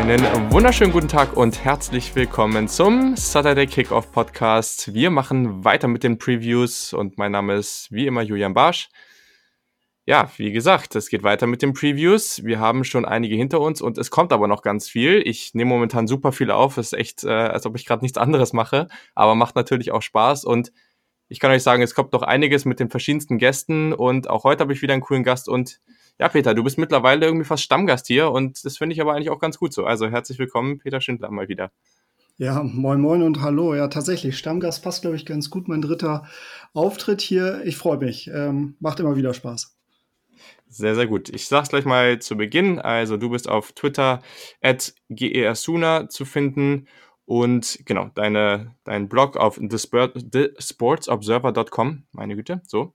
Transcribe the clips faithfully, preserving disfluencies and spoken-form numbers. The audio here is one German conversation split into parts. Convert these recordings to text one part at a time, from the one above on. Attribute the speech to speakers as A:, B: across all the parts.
A: Einen wunderschönen guten Tag und herzlich willkommen zum Saturday Kickoff Podcast. Wir machen weiter mit den Previews und mein Name ist wie immer Julian Barsch. Ja, wie gesagt, es geht weiter mit den Previews. Wir haben schon einige hinter uns und es kommt aber noch ganz viel. Ich nehme momentan super viel auf. Es ist echt, äh, als ob ich gerade nichts anderes mache, aber macht natürlich auch Spaß und ich kann euch sagen, es kommt noch einiges mit den verschiedensten Gästen und auch heute habe ich wieder einen coolen Gast und ja, Peter, du bist mittlerweile irgendwie fast Stammgast hier und das finde ich aber eigentlich auch ganz gut so. Also herzlich willkommen, Peter Schindler, mal wieder.
B: Ja, moin moin und hallo. Ja, tatsächlich, Stammgast passt, glaube ich, ganz gut. Mein dritter Auftritt hier. Ich freue mich. Ähm, macht immer wieder Spaß.
A: Sehr, sehr gut. Ich sag's gleich mal zu Beginn. Also du bist auf Twitter at gersuna zu finden und genau, deine, dein Blog auf the sportsobserver dot com, meine Güte, so.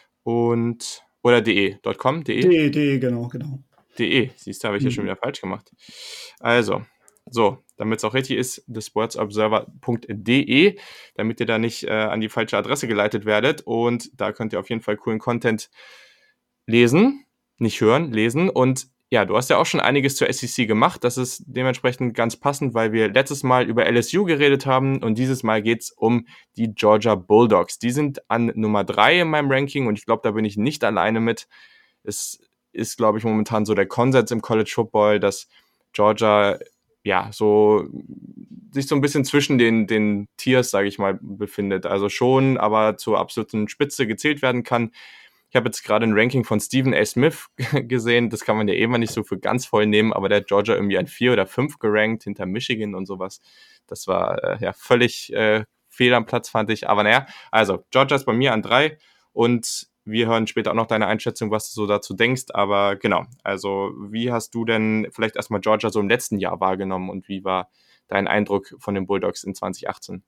A: Und, oder de, .com, de?
B: De, de, genau, genau.
A: De, siehst du, habe ich ja schon wieder falsch gemacht. Also, so, damit es auch richtig ist, the sportsobserver dot de, damit ihr da nicht äh, an die falsche Adresse geleitet werdet und da könnt ihr auf jeden Fall coolen Content lesen, nicht hören, lesen und ja, du hast ja auch schon einiges zur S E C gemacht, das ist dementsprechend ganz passend, weil wir letztes Mal über L S U geredet haben und dieses Mal geht's um die Georgia Bulldogs. Die sind an Nummer drei in meinem Ranking und ich glaube, da bin ich nicht alleine mit. Es ist, glaube ich, momentan so der Konsens im College Football, dass Georgia ja so sich so ein bisschen zwischen den, den Tiers, sage ich mal, befindet. Also schon, aber zur absoluten Spitze gezählt werden kann. Ich habe jetzt gerade ein Ranking von Stephen A. Smith gesehen, das kann man ja immer nicht so für ganz voll nehmen, aber der hat Georgia irgendwie an vier oder fünf gerankt, hinter Michigan und sowas. Das war äh, ja völlig äh, fehl am Platz, fand ich. Aber naja, also Georgia ist bei mir an drei und wir hören später auch noch deine Einschätzung, was du so dazu denkst. Aber genau, also wie hast du denn vielleicht erstmal Georgia so im letzten Jahr wahrgenommen und wie war dein Eindruck von den Bulldogs in zwanzig achtzehn?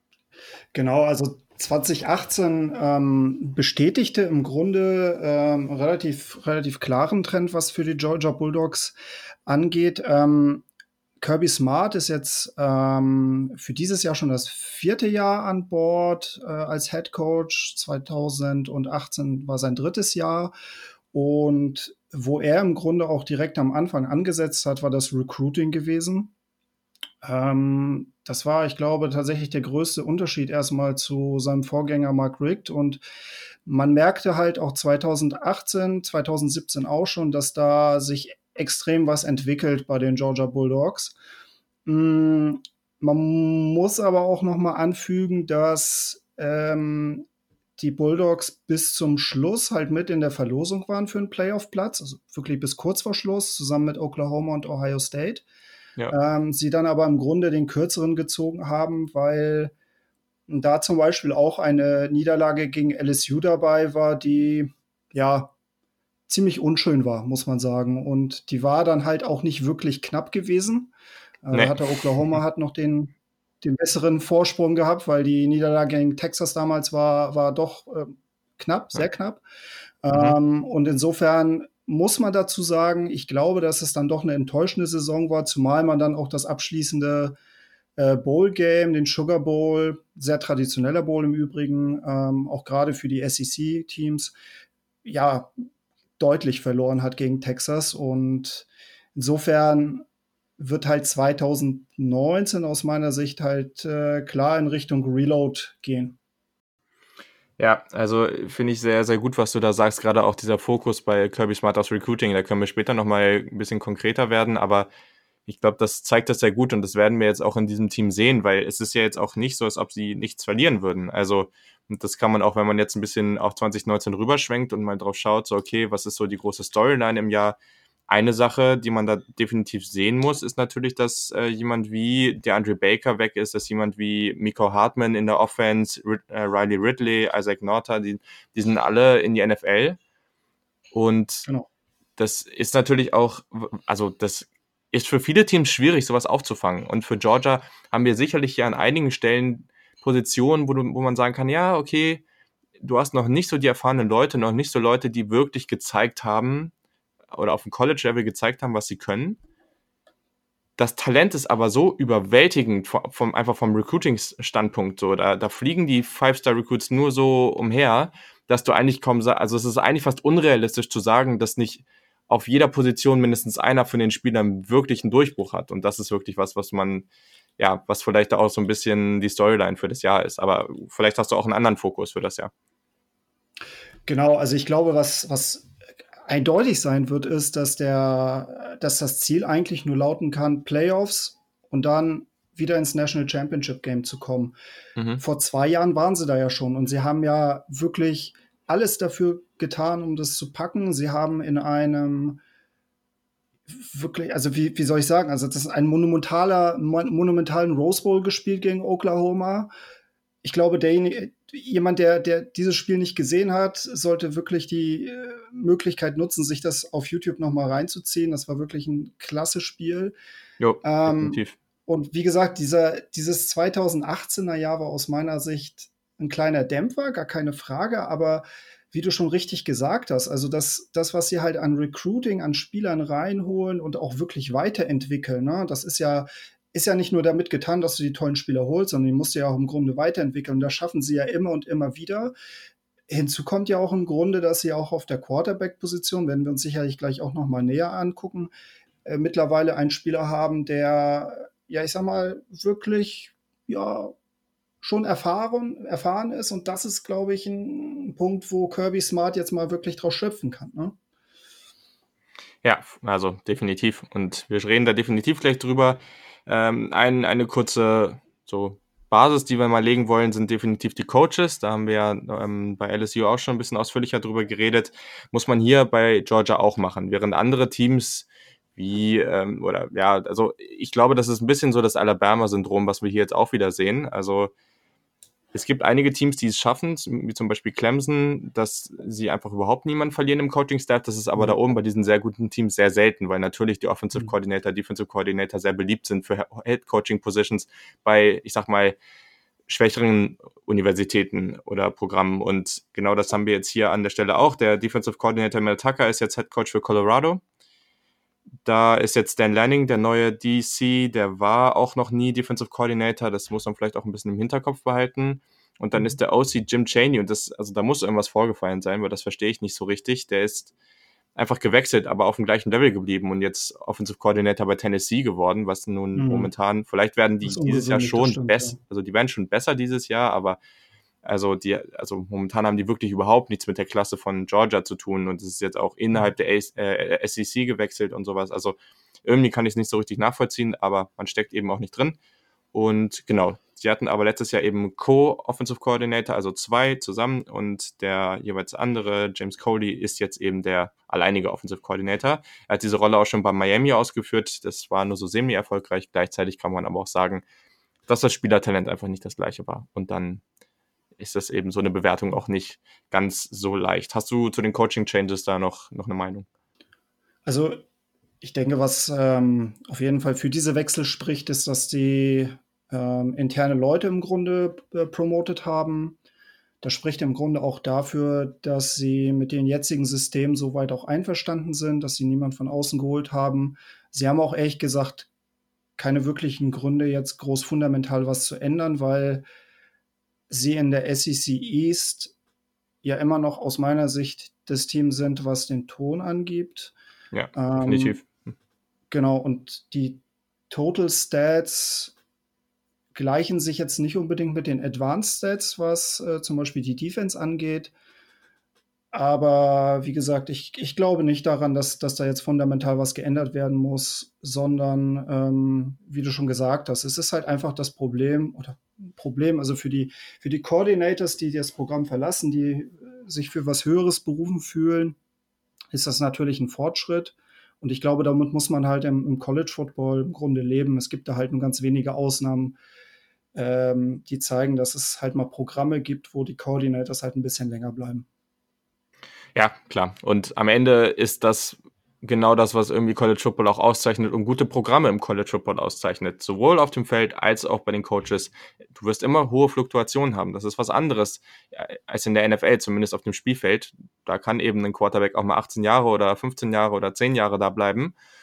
B: Genau, also zwanzig achtzehn ähm, bestätigte im Grunde ähm, relativ, relativ klaren Trend, was für die Georgia Bulldogs angeht. Ähm, Kirby Smart ist jetzt ähm, für dieses Jahr schon das vierte Jahr an Bord äh, als Head Coach. zwanzig achtzehn war sein drittes Jahr. Und wo er im Grunde auch direkt am Anfang angesetzt hat, war das Recruiting gewesen. Ähm, das war, ich glaube, tatsächlich der größte Unterschied erstmal zu seinem Vorgänger Mark Richt. Und man merkte halt auch zwanzig achtzehn, zwanzig siebzehn auch schon, dass da sich extrem was entwickelt bei den Georgia Bulldogs. Mm, Man muss aber auch noch mal anfügen, dass ähm, die Bulldogs bis zum Schluss halt mit in der Verlosung waren für einen Playoff-Platz, also wirklich bis kurz vor Schluss, zusammen mit Oklahoma und Ohio State.
A: Ja.
B: Ähm, sie dann aber im Grunde den kürzeren gezogen haben, weil da zum Beispiel auch eine Niederlage gegen L S U dabei war, die ja ziemlich unschön war, muss man sagen. Und die war dann halt auch nicht wirklich knapp gewesen. Äh, da
A: Nee.
B: hatte Oklahoma hat noch den, den besseren Vorsprung gehabt, weil die Niederlage gegen Texas damals war, war doch äh, knapp, sehr knapp.
A: Mhm.
B: Ähm, und insofern muss man dazu sagen, ich glaube, dass es dann doch eine enttäuschende Saison war, zumal man dann auch das abschließende äh, Bowl-Game, den Sugar Bowl, sehr traditioneller Bowl im Übrigen, ähm, auch gerade für die S E C-Teams, ja, deutlich verloren hat gegen Texas. Und insofern wird halt zwanzig neunzehn aus meiner Sicht halt äh, klar in Richtung Reload gehen.
A: Ja, also finde ich sehr, sehr gut, was du da sagst, gerade auch dieser Fokus bei Kirby Smart aufs Recruiting, da können wir später nochmal ein bisschen konkreter werden, aber ich glaube, das zeigt das sehr gut und das werden wir jetzt auch in diesem Team sehen, weil es ist ja jetzt auch nicht so, als ob sie nichts verlieren würden. Also und das kann man auch, wenn man jetzt ein bisschen auf zwanzig neunzehn rüberschwenkt und mal drauf schaut, so okay, was ist so die große Storyline im Jahr? Eine Sache, die man da definitiv sehen muss, ist natürlich, dass äh, jemand wie DeAndre Baker weg ist, dass jemand wie Miko Hartman in der Offense, Rid- äh, Riley Ridley, Isaac Norta, die, die sind alle in die N F L. Und
B: Genau.
A: das ist natürlich auch, also das ist für viele Teams schwierig, sowas aufzufangen. Und für Georgia haben wir sicherlich ja an einigen Stellen Positionen, wo, du, wo man sagen kann, ja, okay, du hast noch nicht so die erfahrenen Leute, noch nicht so Leute, die wirklich gezeigt haben oder auf dem College-Level gezeigt haben, was sie können. Das Talent ist aber so überwältigend vom, einfach vom Recruiting-Standpunkt so. Da, da fliegen die Five-Star-Recruits nur so umher, dass du eigentlich kaum sagst, also es ist eigentlich fast unrealistisch zu sagen, dass nicht auf jeder Position mindestens einer von den Spielern wirklich einen Durchbruch hat. Und das ist wirklich was, was man, ja, was vielleicht auch so ein bisschen die Storyline für das Jahr ist. Aber vielleicht hast du auch einen anderen Fokus für das Jahr.
B: Genau, also ich glaube, was, was eindeutig sein wird, ist, dass der, dass das Ziel eigentlich nur lauten kann, Playoffs und dann wieder ins National Championship Game zu kommen. Mhm. Vor zwei Jahren waren sie da ja schon und sie haben ja wirklich alles dafür getan, um das zu packen. Sie haben in einem wirklich, also wie, wie soll ich sagen, also das ist ein monumentaler, monumentalen Rose Bowl gespielt gegen Oklahoma. Ich glaube, der, jemand, der, der dieses Spiel nicht gesehen hat, sollte wirklich die äh, Möglichkeit nutzen, sich das auf YouTube noch mal reinzuziehen. Das war wirklich ein klasse Spiel.
A: Jo, ähm, definitiv.
B: Und wie gesagt, dieser, dieses zweitausendachtzehner Jahr war aus meiner Sicht ein kleiner Dämpfer, gar keine Frage, aber wie du schon richtig gesagt hast, also das, das was sie halt an Recruiting, an Spielern reinholen und auch wirklich weiterentwickeln, ne, das ist ja, ist ja nicht nur damit getan, dass du die tollen Spieler holst, sondern die musst du ja auch im Grunde weiterentwickeln. Und das schaffen sie ja immer und immer wieder. Hinzu kommt ja auch im Grunde, dass sie auch auf der Quarterback-Position, werden wir uns sicherlich gleich auch noch mal näher angucken, äh, mittlerweile einen Spieler haben, der, ja, ich sag mal, wirklich, ja, schon erfahren, erfahren ist. Und das ist, glaube ich, ein Punkt, wo Kirby Smart jetzt mal wirklich draus schöpfen kann, ne?
A: Ja, also definitiv. Und wir reden da definitiv gleich drüber. Ähm, ein, eine kurze so Basis, die wir mal legen wollen, sind definitiv die Coaches. Da haben wir ja ähm, bei L S U auch schon ein bisschen ausführlicher drüber geredet. Muss man hier bei Georgia auch machen. Während andere Teams wie, ähm, oder ja, also ich glaube, das ist ein bisschen so das Alabama-Syndrom, was wir hier jetzt auch wieder sehen. Also es gibt einige Teams, die es schaffen, wie zum Beispiel Clemson, dass sie einfach überhaupt niemanden verlieren im Coaching-Staff. Das ist aber mhm. da oben bei diesen sehr guten Teams sehr selten, weil natürlich die Offensive Coordinator, Defensive Coordinator sehr beliebt sind für Head-Coaching-Positions bei, ich sag mal, schwächeren Universitäten oder Programmen. Und genau das haben wir jetzt hier an der Stelle auch. Der Defensive Coordinator Mel Tucker ist jetzt Head Coach für Colorado. Da ist jetzt Dan Lanning, der neue D C, der war auch noch nie Defensive Coordinator, das muss man vielleicht auch ein bisschen im Hinterkopf behalten. Und dann ist der O C Jim Chaney, und das, also da muss irgendwas vorgefallen sein, weil das verstehe ich nicht so richtig. Der ist einfach gewechselt, aber auf dem gleichen Level geblieben und jetzt Offensive Coordinator bei Tennessee geworden, was nun mhm. momentan, vielleicht werden die dieses Jahr schon besser, ja. also die werden schon besser dieses Jahr, aber Also die, also momentan haben die wirklich überhaupt nichts mit der Klasse von Georgia zu tun und es ist jetzt auch innerhalb der äh, S E C gewechselt und sowas. Also irgendwie kann ich es nicht so richtig nachvollziehen, aber man steckt eben auch nicht drin. Und genau, sie hatten aber letztes Jahr eben Co-Offensive Coordinator, also zwei zusammen und der jeweils andere, James Coley, ist jetzt eben der alleinige Offensive Coordinator. Er hat diese Rolle auch schon bei Miami ausgeführt, das war nur so semi-erfolgreich. Gleichzeitig kann man aber auch sagen, dass das Spielertalent einfach nicht das gleiche war. Und dann ist das eben so eine Bewertung auch nicht ganz so leicht. Hast du zu den Coaching-Changes da noch, noch eine Meinung?
B: Also ich denke, was ähm, auf jeden Fall für diese Wechsel spricht, ist, dass die ähm, interne Leute im Grunde äh, promotet haben. Das spricht im Grunde auch dafür, dass sie mit den jetzigen Systemen soweit auch einverstanden sind, dass sie niemand von außen geholt haben. Sie haben auch ehrlich gesagt keine wirklichen Gründe, jetzt groß fundamental was zu ändern, weil sie in der S E C East ja immer noch aus meiner Sicht das Team sind, was den Ton angibt.
A: Ja, definitiv.
B: Ähm, genau, und die Total Stats gleichen sich jetzt nicht unbedingt mit den Advanced Stats, was äh, zum Beispiel die Defense angeht. Aber wie gesagt, ich, ich glaube nicht daran, dass, dass da jetzt fundamental was geändert werden muss, sondern ähm, wie du schon gesagt hast, es ist halt einfach das Problem oder Problem, also für die, für die Coordinators, die das Programm verlassen, die sich für was Höheres berufen fühlen, ist das natürlich ein Fortschritt. Und ich glaube, damit muss man halt im, im College Football im Grunde leben. Es gibt da halt nur ganz wenige Ausnahmen, ähm, die zeigen, dass es halt mal Programme gibt, wo die Coordinators halt ein bisschen länger bleiben.
A: Ja, klar. Und am Ende ist das genau das, was irgendwie College Football auch auszeichnet und gute Programme im College Football auszeichnet. Sowohl auf dem Feld als auch bei den Coaches. Du wirst immer hohe Fluktuationen haben. Das ist was anderes als in der N F L, zumindest auf dem Spielfeld. Da kann eben ein Quarterback auch mal achtzehn Jahre oder fünfzehn Jahre oder zehn Jahre da bleiben.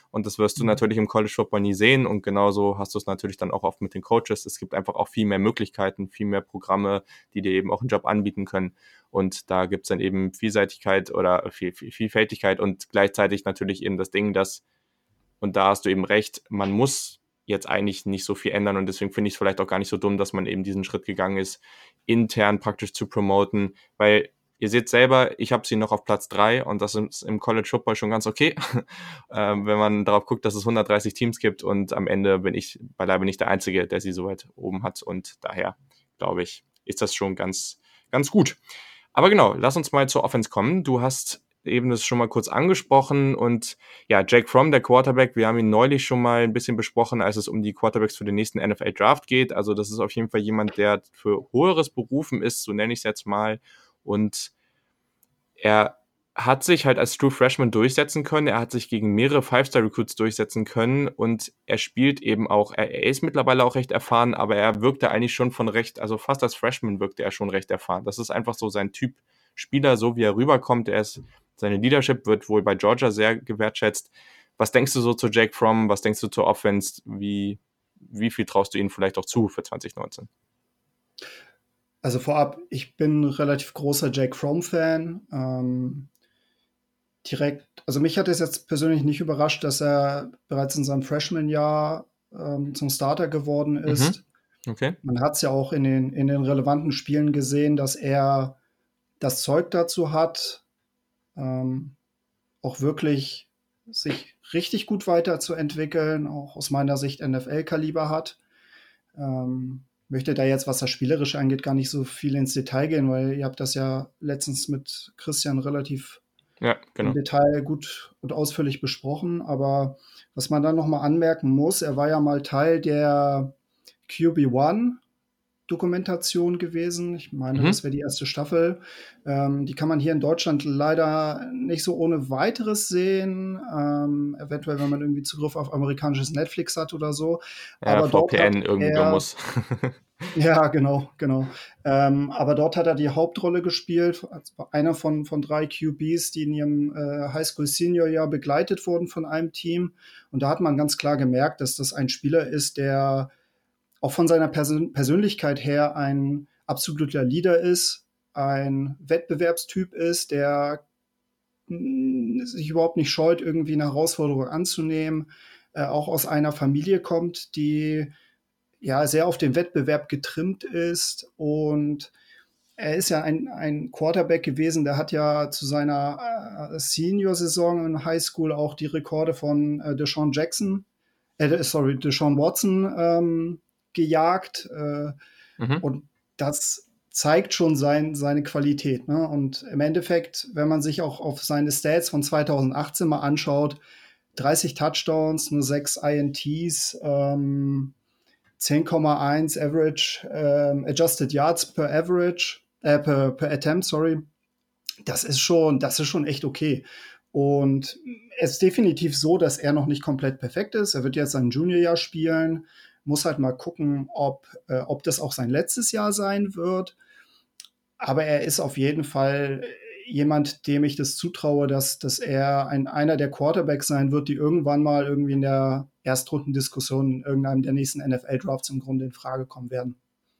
A: und das wirst du natürlich im College Football nie sehen und genauso hast du es natürlich dann auch oft mit den Coaches. Es gibt einfach auch viel mehr Möglichkeiten, viel mehr Programme, die dir eben auch einen Job anbieten können und da gibt es dann eben Vielseitigkeit oder viel, viel, Vielfältigkeit und gleichzeitig natürlich eben das Ding, dass, und da hast du eben recht, man muss jetzt eigentlich nicht so viel ändern und deswegen finde ich es vielleicht auch gar nicht so dumm, dass man eben diesen Schritt gegangen ist, intern praktisch zu promoten, weil ihr seht selber, ich habe sie noch auf Platz drei und das ist im College Football schon ganz okay, ähm, wenn man darauf guckt, dass es hundertdreißig Teams gibt und am Ende bin ich beileibe nicht der Einzige, der sie so weit oben hat und daher, glaube ich, ist das schon ganz, ganz gut. Aber genau, lass uns mal zur Offense kommen. Du hast eben das schon mal kurz angesprochen und ja, Jake Fromm, der Quarterback, wir haben ihn neulich schon mal ein bisschen besprochen, als es um die Quarterbacks für den nächsten N F L-Draft geht. Also das ist auf jeden Fall jemand, der für höheres berufen ist, so nenne ich es jetzt mal. Und er hat sich halt als True Freshman durchsetzen können. Er hat sich gegen mehrere Five-Star-Recruits durchsetzen können und er spielt eben auch, er, er ist mittlerweile auch recht erfahren, aber er wirkte eigentlich schon von recht, also fast als Freshman wirkte er schon recht erfahren. Das ist einfach so sein Typ Spieler, so wie er rüberkommt. Er ist, seine Leadership wird wohl bei Georgia sehr gewertschätzt. Was denkst du so zu Jake Fromm? Was denkst du zur Offense? Wie, wie viel traust du ihnen vielleicht auch zu für zwanzig neunzehn?
B: Also vorab, ich bin relativ großer Jake Fromm-Fan. Ähm, direkt, also mich hat es jetzt persönlich nicht überrascht, dass er bereits in seinem Freshman-Jahr ähm, zum Starter geworden ist.
A: Mhm. Okay.
B: Man hat es ja auch in den, in den relevanten Spielen gesehen, dass er das Zeug dazu hat, ähm, auch wirklich sich richtig gut weiterzuentwickeln, auch aus meiner Sicht N F L-Kaliber hat. Ähm, möchte da jetzt, was das Spielerische angeht, gar nicht so viel ins Detail gehen, weil ihr habt das ja letztens mit Christian relativ
A: ja, genau.
B: im Detail gut und ausführlich besprochen. Aber was man dann nochmal anmerken muss, er war ja mal Teil der Q B eins Dokumentation gewesen. Ich meine,
A: Mhm.
B: das wäre die erste Staffel. Ähm, die kann man hier in Deutschland leider nicht so ohne weiteres sehen. Ähm, eventuell, wenn man irgendwie Zugriff auf amerikanisches Netflix hat oder so.
A: Ja,
B: aber dort
A: V P N
B: hat
A: irgendwo
B: er,
A: muss.
B: ja, genau, genau. Ähm, aber dort hat er die Hauptrolle gespielt, als einer von, von drei Q Bs, die in ihrem äh, Highschool-Senior-Jahr begleitet wurden von einem Team. Und da hat man ganz klar gemerkt, dass das ein Spieler ist, der auch von seiner Persön Persönlichkeit her ein absoluter Leader ist, ein Wettbewerbstyp ist, der mh, sich überhaupt nicht scheut, irgendwie eine Herausforderung anzunehmen, äh, auch aus einer Familie kommt, die ja sehr auf den Wettbewerb getrimmt ist und er ist ja ein, ein Quarterback gewesen, der hat ja zu seiner äh, Senior-Saison in High School auch die Rekorde von äh, Deshaun Jackson, äh, sorry, Deshaun Watson ähm, gejagt. Äh,
A: Mhm.
B: und das zeigt schon sein, seine Qualität. Ne? Und im Endeffekt, wenn man sich auch auf seine Stats von zweitausendachtzehn mal anschaut, dreißig Touchdowns, nur sechs I N Ts, ähm, zehn Komma eins Average, ähm, Adjusted Yards per Average, äh, per, per Attempt, sorry. Das ist schon, das ist schon echt okay. Und es ist definitiv so, dass er noch nicht komplett perfekt ist. Er wird jetzt sein Juniorjahr spielen, muss halt mal gucken, ob, äh, ob das auch sein letztes Jahr sein wird. Aber er ist auf jeden Fall jemand, dem ich das zutraue, dass, dass er ein, einer der Quarterbacks sein wird, die irgendwann mal irgendwie in der Erstrundendiskussion in irgendeinem der nächsten N F L-Drafts im Grunde in Frage kommen werden.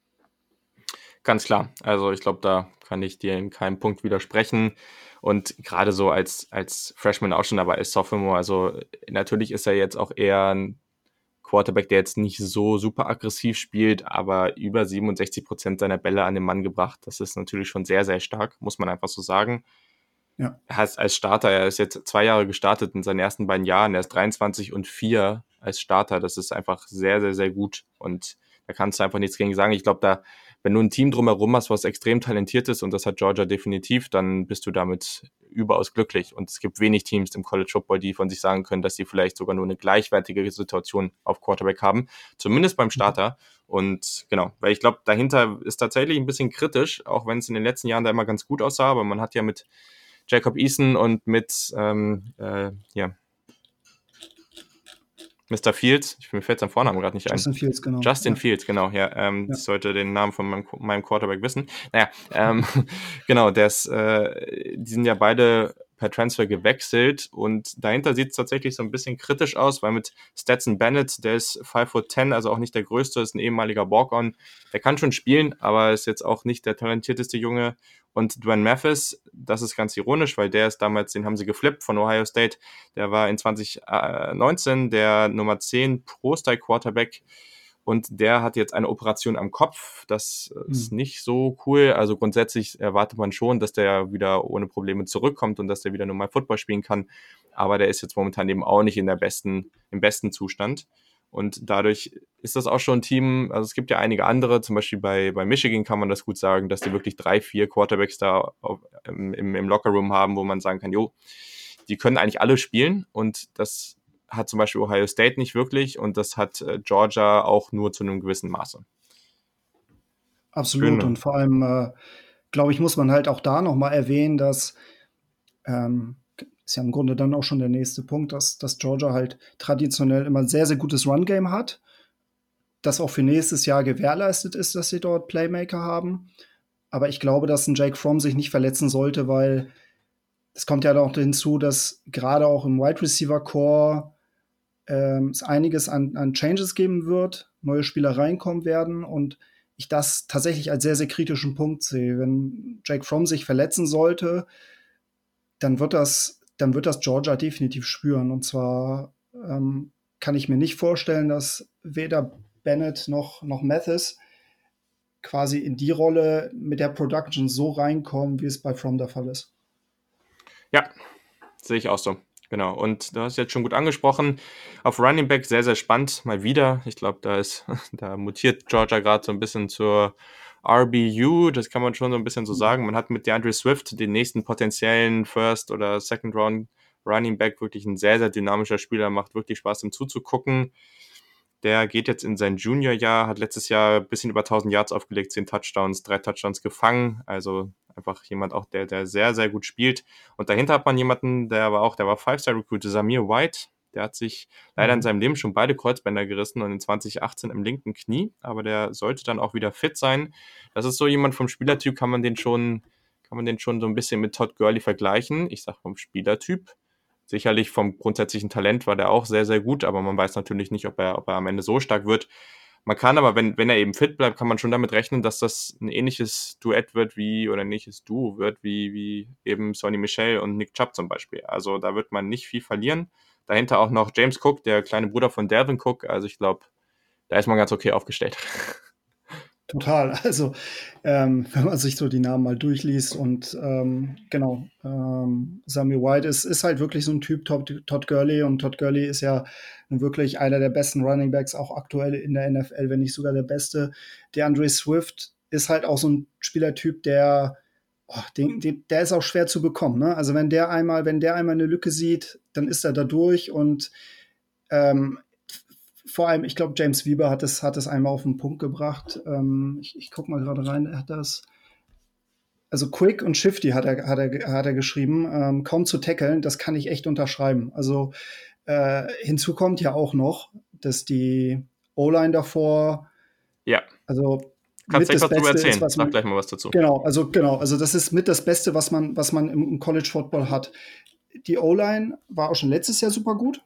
A: Ganz klar. Also ich glaube, da kann ich dir in keinem Punkt widersprechen. Und gerade so als, als Freshman auch schon, aber als Sophomore, also natürlich ist er jetzt auch eher ein Quarterback, der jetzt nicht so super aggressiv spielt, aber über siebenundsechzig Prozent seiner Bälle an den Mann gebracht. Das ist natürlich schon sehr, sehr stark, muss man einfach so sagen.
B: Ja.
A: Er hat als Starter, er ist jetzt zwei Jahre gestartet in seinen ersten beiden Jahren, er ist dreiundzwanzig und vier als Starter. Das ist einfach sehr, sehr, sehr gut und da kannst du einfach nichts gegen sagen. Ich glaube, da, wenn du ein Team drumherum hast, was extrem talentiert ist, und das hat Georgia definitiv, dann bist du damit überaus glücklich. Und es gibt wenig Teams im College Football, die von sich sagen können, dass sie vielleicht sogar nur eine gleichwertige Situation auf Quarterback haben, zumindest beim Starter. Und genau, weil ich glaube, dahinter ist tatsächlich ein bisschen kritisch, auch wenn es in den letzten Jahren da immer ganz gut aussah, aber man hat ja mit Jacob Eason und mit ähm, äh, ja, Mister Fields, ich mir fällt sein Vornamen gerade nicht ein.
B: Justin Fields, genau.
A: Justin
B: ja.
A: Fields, genau, ja. Ähm,
B: Ja.
A: Ich sollte den Namen von meinem, meinem Quarterback wissen. Naja, ähm, genau, der ist, äh, die sind ja beide per Transfer gewechselt und dahinter sieht es tatsächlich so ein bisschen kritisch aus, weil mit Stetson Bennett, der ist five foot ten, also auch nicht der größte, ist ein ehemaliger Walk-On, der kann schon spielen, aber ist jetzt auch nicht der talentierteste Junge. Und Dwayne Mathis, das ist ganz ironisch, weil der ist damals, den haben sie geflippt von Ohio State, der war in zwanzig neunzehn der Nummer zehn Pro-Style-Quarterback und der hat jetzt eine Operation am Kopf. Das ist nicht so cool. Also grundsätzlich erwartet man schon, dass der wieder ohne Probleme zurückkommt und dass der wieder normal Football spielen kann. Aber der ist jetzt momentan eben auch nicht in der besten, im besten Zustand. Und dadurch ist das auch schon ein Team, also es gibt ja einige andere, zum Beispiel bei, bei Michigan kann man das gut sagen, dass die wirklich drei, vier Quarterbacks da auf, im, im Lockerroom haben, wo man sagen kann, jo, die können eigentlich alle spielen und das hat zum Beispiel Ohio State nicht wirklich und das hat äh, Georgia auch nur zu einem gewissen Maße.
B: Absolut. Genau. Und vor allem, äh, glaube ich, muss man halt auch da nochmal erwähnen, dass ähm, ist ja im Grunde dann auch schon der nächste Punkt, dass, dass Georgia halt traditionell immer ein sehr, sehr gutes Run-Game hat, das auch für nächstes Jahr gewährleistet ist, dass sie dort Playmaker haben. Aber ich glaube, dass ein Jake Fromm sich nicht verletzen sollte, weil es kommt ja noch hinzu, dass gerade auch im Wide Receiver Core ähm, es einiges an, an Changes geben wird, neue Spieler reinkommen werden und ich das tatsächlich als sehr, sehr kritischen Punkt sehe. Wenn Jake Fromm sich verletzen sollte, dann wird das, dann wird das Georgia definitiv spüren. Und zwar ähm, kann ich mir nicht vorstellen, dass weder Bennett noch, noch Mathis quasi in die Rolle mit der Production so reinkommen, wie es bei Fromm der Fall ist.
A: Ja, sehe ich auch so. Genau, und du hast jetzt schon gut angesprochen, auf Running Back sehr, sehr spannend, mal wieder. Ich glaube, da ist, da mutiert Georgia gerade so ein bisschen zur R B U, das kann man schon so ein bisschen so sagen. Man hat mit DeAndre Swift den nächsten potenziellen First- oder Second-Round Running Back, wirklich ein sehr, sehr dynamischer Spieler, macht wirklich Spaß, ihm zuzugucken. Der geht jetzt in sein Junior-Jahr, hat letztes Jahr ein bisschen über tausend Yards aufgelegt, zehn Touchdowns, drei Touchdowns gefangen, also einfach jemand auch, der, der sehr, sehr gut spielt. Und dahinter hat man jemanden, der war auch, der war Five-Star-Recruit, Zamir White, der hat sich leider in seinem Leben schon beide Kreuzbänder gerissen und in zwanzig achtzehn im linken Knie, aber der sollte dann auch wieder fit sein. Das ist so jemand vom Spielertyp, kann man den schon, kann man den schon so ein bisschen mit Todd Gurley vergleichen. Ich sag vom Spielertyp. Sicherlich vom grundsätzlichen Talent war der auch sehr, sehr gut, aber man weiß natürlich nicht, ob er, ob er am Ende so stark wird. Man kann aber, wenn, wenn er eben fit bleibt, kann man schon damit rechnen, dass das ein ähnliches Duett wird wie, oder ein ähnliches Duo wird, wie, wie eben Sonny Michel und Nick Chubb zum Beispiel. Also da wird man nicht viel verlieren. Dahinter auch noch James Cook, der kleine Bruder von Dalvin Cook. Also ich glaube, da ist man ganz okay aufgestellt.
B: Total. Also, ähm, wenn man sich so die Namen mal durchliest und ähm, genau, ähm, Sammy White ist, ist halt wirklich so ein Typ, Todd, Todd Gurley. Und Todd Gurley ist ja nun wirklich einer der besten Running Backs, auch aktuell in der N F L, wenn nicht sogar der beste. Der DeAndre Swift ist halt auch so ein Spielertyp, der, oh, den, den, der ist auch schwer zu bekommen. Ne? Also wenn der einmal, wenn der einmal eine Lücke sieht, dann ist er da durch und ähm, vor allem, ich glaube, James Weber hat es hat es einmal auf den Punkt gebracht. Ähm, ich ich gucke mal gerade rein, er hat das. Also quick und shifty hat er, hat er, hat er geschrieben, ähm, kaum zu tackeln, das kann ich echt unterschreiben. Also äh, hinzu kommt ja auch noch, dass die O-Line davor,
A: ja,
B: also
A: kannst
B: mit
A: du was drüber erzählen?
B: Ist, was man,
A: Sag gleich mal was dazu.
B: Genau, also genau, also das ist mit das Beste, was man, was man im, im College Football hat. Die O-Line war auch schon letztes Jahr super gut.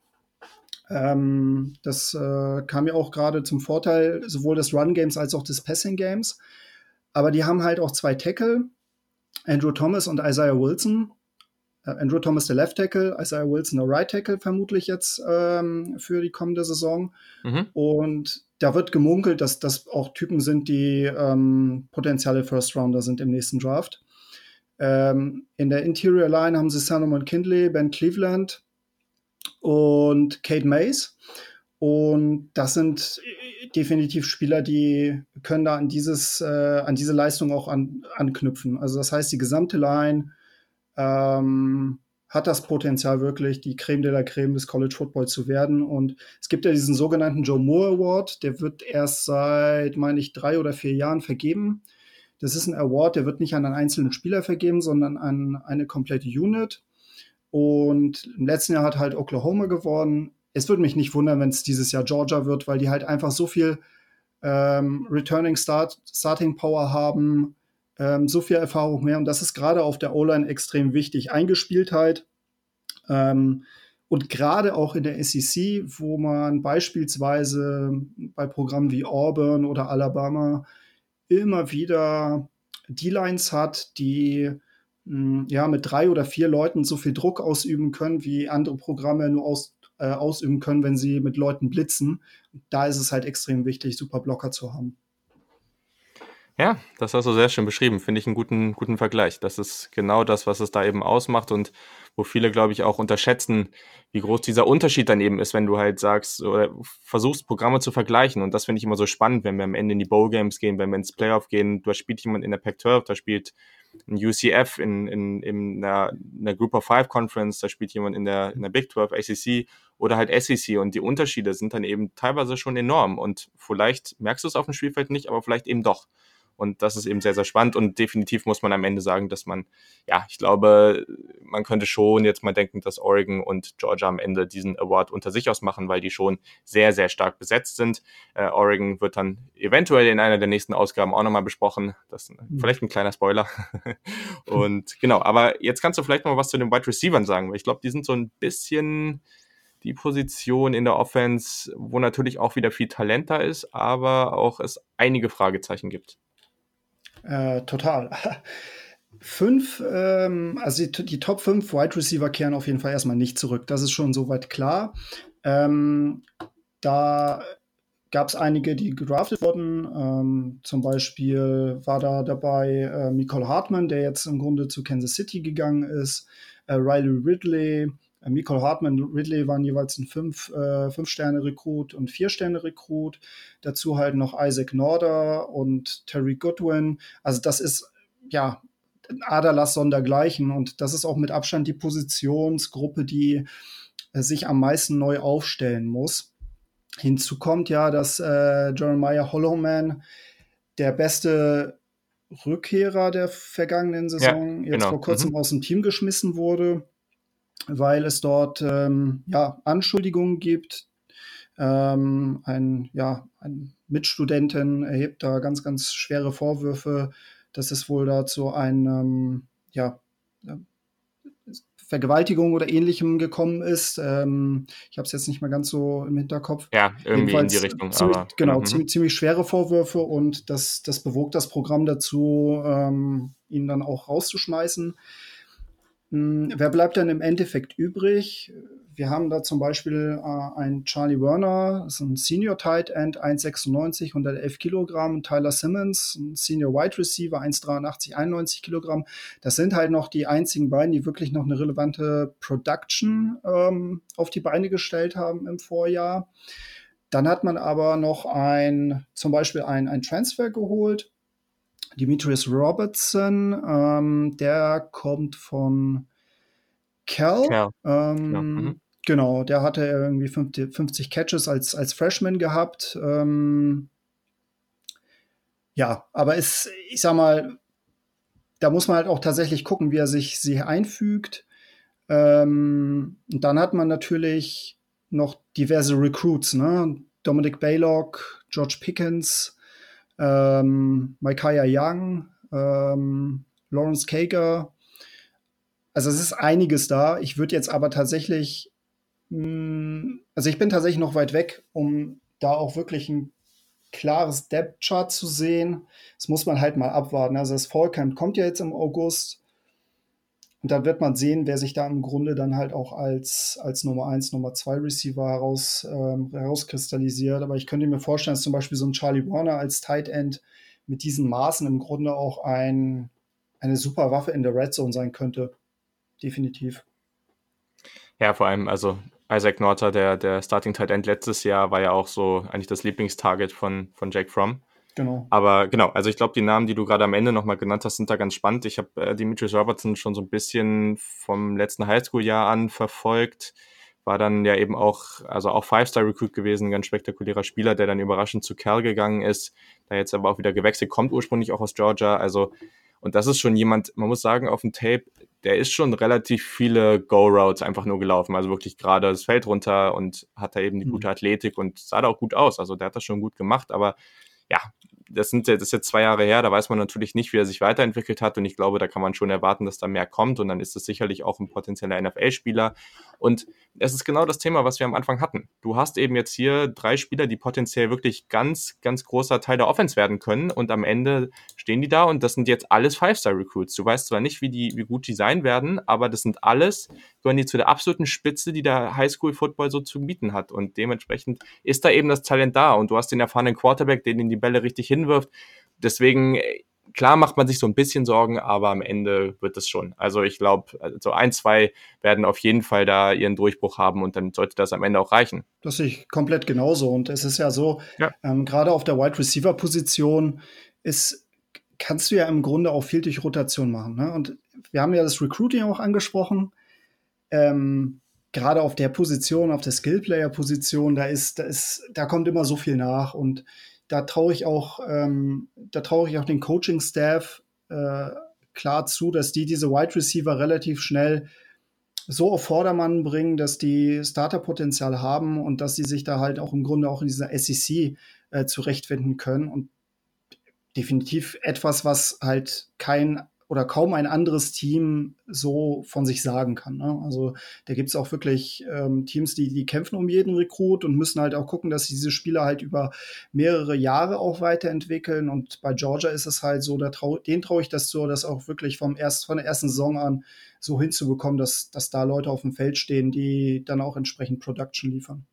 B: Ähm, das äh, kam ja auch gerade zum Vorteil sowohl des Run-Games als auch des Passing-Games. Aber die haben halt auch zwei Tackle, Andrew Thomas und Isaiah Wilson. Äh, Andrew Thomas der Left Tackle, Isaiah Wilson der Right Tackle vermutlich jetzt ähm, für die kommende Saison. Mhm. Und da wird gemunkelt, dass das auch Typen sind, die ähm, potenzielle First-Rounder sind im nächsten Draft. Ähm, in der Interior Line haben sie Solomon Kindley, Ben Cleveland und Kate Mays. Und das sind definitiv Spieler, die können da an dieses, äh, an diese Leistung auch an, anknüpfen. Also das heißt, die gesamte Line ähm, hat das Potenzial wirklich, die Creme de la Creme des College Football zu werden. Und es gibt ja diesen sogenannten Joe Moore Award, der wird erst seit, meine ich, drei oder vier Jahren vergeben. Das ist ein Award, der wird nicht an einen einzelnen Spieler vergeben, sondern an eine komplette Unit. Und im letzten Jahr hat halt Oklahoma gewonnen. Es würde mich nicht wundern, wenn es dieses Jahr Georgia wird, weil die halt einfach so viel ähm, Returning Start, Starting Power haben, ähm, so viel Erfahrung mehr. Und das ist gerade auf der O-Line extrem wichtig. Eingespieltheit. Ähm, und gerade auch in der S E C, wo man beispielsweise bei Programmen wie Auburn oder Alabama immer wieder D-Lines hat, die mh, ja mit drei oder vier Leuten so viel Druck ausüben können, wie andere Programme nur aus, äh, ausüben können, wenn sie mit Leuten blitzen. Da ist es halt extrem wichtig, super Blocker zu haben.
A: Ja, das hast du sehr schön beschrieben. Finde ich einen guten, guten Vergleich. Das ist genau das, was es da eben ausmacht und wo viele, glaube ich, auch unterschätzen, wie groß dieser Unterschied dann eben ist, wenn du halt sagst oder versuchst, Programme zu vergleichen. Und das finde ich immer so spannend, wenn wir am Ende in die Bowl-Games gehen, wenn wir ins Playoff gehen. Da spielt jemand in der Pac zwölf, da spielt ein U C F in, in, in, einer, in einer Group of Five Conference, da spielt jemand in der, in der Big zwölf, A C C oder halt S E C. Und die Unterschiede sind dann eben teilweise schon enorm. Und vielleicht merkst du es auf dem Spielfeld nicht, aber vielleicht eben doch. Und das ist eben sehr, sehr spannend und definitiv muss man am Ende sagen, dass man, ja, ich glaube, man könnte schon jetzt mal denken, dass Oregon und Georgia am Ende diesen Award unter sich ausmachen, weil die schon sehr, sehr stark besetzt sind. Äh, Oregon wird dann eventuell in einer der nächsten Ausgaben auch nochmal besprochen. Das ist vielleicht ein kleiner Spoiler. Und genau, aber jetzt kannst du vielleicht noch mal was zu den Wide Receivern sagen, weil ich glaube, die sind so ein bisschen die Position in der Offense, wo natürlich auch wieder viel Talent da ist, aber auch es einige Fragezeichen gibt.
B: Äh, total. Fünf, ähm, also die, die Top fünf Wide Receiver kehren auf jeden Fall erstmal nicht zurück. Das ist schon soweit klar. Ähm, da gab es einige, die gedraftet wurden. Ähm, zum Beispiel war da dabei äh, Mecole Hardman, der jetzt im Grunde zu Kansas City gegangen ist. Äh, Riley Ridley. Äh, Mecole Hardman und Ridley waren jeweils ein fünf, äh, Fünf-Sterne-Rekrut und Vier-Sterne-Rekrut. Dazu halt noch Isaac Norder und Terry Goodwin. Also das ist, ja, ein Aderlass sondergleichen. Und das ist auch mit Abstand die Positionsgruppe, die äh, sich am meisten neu aufstellen muss. Hinzu kommt ja, dass äh, Jeremiah Hollowman der beste Rückkehrer der vergangenen
A: Ja,
B: Saison jetzt
A: genau.
B: vor kurzem
A: Mhm.
B: aus dem Team geschmissen wurde, weil es dort ähm, ja, Anschuldigungen gibt. Ähm, ein, ja, ein Mitstudenten erhebt da ganz, ganz schwere Vorwürfe, dass es wohl dazu einem ja, Vergewaltigung oder Ähnlichem gekommen ist. Ähm, ich habe es jetzt nicht mehr ganz so im Hinterkopf.
A: Ja, irgendwie in die
B: Jedenfalls
A: Richtung,
B: ziemlich,
A: aber genau.
B: genau,
A: Mhm.
B: ziemlich, ziemlich schwere Vorwürfe und das, das bewog das Programm dazu, ähm, ihn dann auch rauszuschmeißen. Hm, wer bleibt dann im Endeffekt übrig? Wir haben da zum Beispiel äh, einen Charlie Werner, das ist ein Senior Tight End, eins Komma sechsundneunzig, hundertelf Kilogramm. Tyler Simmons, ein Senior Wide Receiver, eins Komma dreiundachtzig, einundneunzig Kilogramm. Das sind halt noch die einzigen beiden, die wirklich noch eine relevante Production ähm, auf die Beine gestellt haben im Vorjahr. Dann hat man aber noch ein, zum Beispiel ein, ein Transfer geholt, Demetrius Robertson, ähm, der kommt von Cal.
A: Ja, genau. Mhm.
B: Ähm, genau, der hatte irgendwie fünfzig Catches als, als Freshman gehabt. Ähm, ja, aber ist, ich sag mal, da muss man halt auch tatsächlich gucken, wie er sich sie einfügt. Ähm, und dann hat man natürlich noch diverse Recruits, ne? Dominic Baylock, George Pickens, ähm, Micaiah Young, ähm, Lawrence Cager. Also es ist einiges da. Ich würde jetzt aber tatsächlich, mh, also ich bin tatsächlich noch weit weg, um da auch wirklich ein klares Depth-Chart zu sehen. Das muss man halt mal abwarten. Also das Fall Camp kommt ja jetzt im August. Und da wird man sehen, wer sich da im Grunde dann halt auch als, als Nummer eins, Nummer zwei Receiver heraus, ähm, herauskristallisiert. Aber ich könnte mir vorstellen, dass zum Beispiel so ein Charlie Warner als Tight End mit diesen Maßen im Grunde auch ein, eine super Waffe in der Red Zone sein könnte. Definitiv.
A: Ja, vor allem, also Isaac Norter, der, der Starting Tight End letztes Jahr, war ja auch so eigentlich das Lieblingstarget von, von Jake Fromm.
B: Genau.
A: Aber genau, also ich glaube, die Namen, die du gerade am Ende nochmal genannt hast, sind da ganz spannend. Ich habe äh, Demetrius Robertson schon so ein bisschen vom letzten Highschool-Jahr an verfolgt. War dann ja eben auch, also auch Five-Star-Recruit gewesen, ein ganz spektakulärer Spieler, der dann überraschend zu Cal gegangen ist, da jetzt aber auch wieder gewechselt, kommt ursprünglich auch aus Georgia. Also, und das ist schon jemand, man muss sagen, auf dem Tape, der ist schon relativ viele Go-Routes einfach nur gelaufen. Also wirklich gerade das Feld runter und hat da eben die
B: Hm.
A: gute Athletik und sah da auch gut aus. Also der hat das schon gut gemacht, aber ja, das, sind, das ist jetzt zwei Jahre her, da weiß man natürlich nicht, wie er sich weiterentwickelt hat und ich glaube, da kann man schon erwarten, dass da mehr kommt und dann ist es sicherlich auch ein potenzieller N F L-Spieler und es ist genau das Thema, was wir am Anfang hatten. Du hast eben jetzt hier drei Spieler, die potenziell wirklich ganz, ganz großer Teil der Offense werden können und am Ende stehen die da und das sind jetzt alles Five-Star-Recruits. Du weißt zwar nicht, wie, die, wie gut die sein werden, aber das sind alles, gehören die zu der absoluten Spitze, die der Highschool-Football so zu bieten hat und dementsprechend ist da eben das Talent da und du hast den erfahrenen Quarterback, der den die Bälle richtig hinwirft. Deswegen, klar macht man sich so ein bisschen Sorgen, aber am Ende wird es schon. Also ich glaube, so ein, zwei werden auf jeden Fall da ihren Durchbruch haben und dann sollte das am Ende auch reichen.
B: Das sehe ich komplett genauso. Und es ist ja so,
A: ja.
B: ähm, gerade auf der Wide-Receiver-Position ist, kannst du ja im Grunde auch viel durch Rotation machen. Ne? Und wir haben ja das Recruiting auch angesprochen. Ähm, gerade auf der Position, auf der Skill-Player-Position, da ist, da ist, da kommt immer so viel nach und da traue ich auch, ähm, da traue ich auch den Coaching-Staff äh, klar zu, dass die diese Wide Receiver relativ schnell so auf Vordermann bringen, dass die Starterpotenzial haben und dass sie sich da halt auch im Grunde auch in dieser S E C äh, zurechtfinden können und definitiv etwas, was halt kein oder kaum ein anderes Team so von sich sagen kann. Ne? Also da gibt es auch wirklich ähm, Teams, die, die kämpfen um jeden Rekrut und müssen halt auch gucken, dass sie diese Spieler halt über mehrere Jahre auch weiterentwickeln. Und bei Georgia ist es halt so, da trau, denen traue ich das so, das auch wirklich vom erst, von der ersten Saison an so hinzubekommen, dass, dass da Leute auf dem Feld stehen, die dann auch entsprechend Production liefern.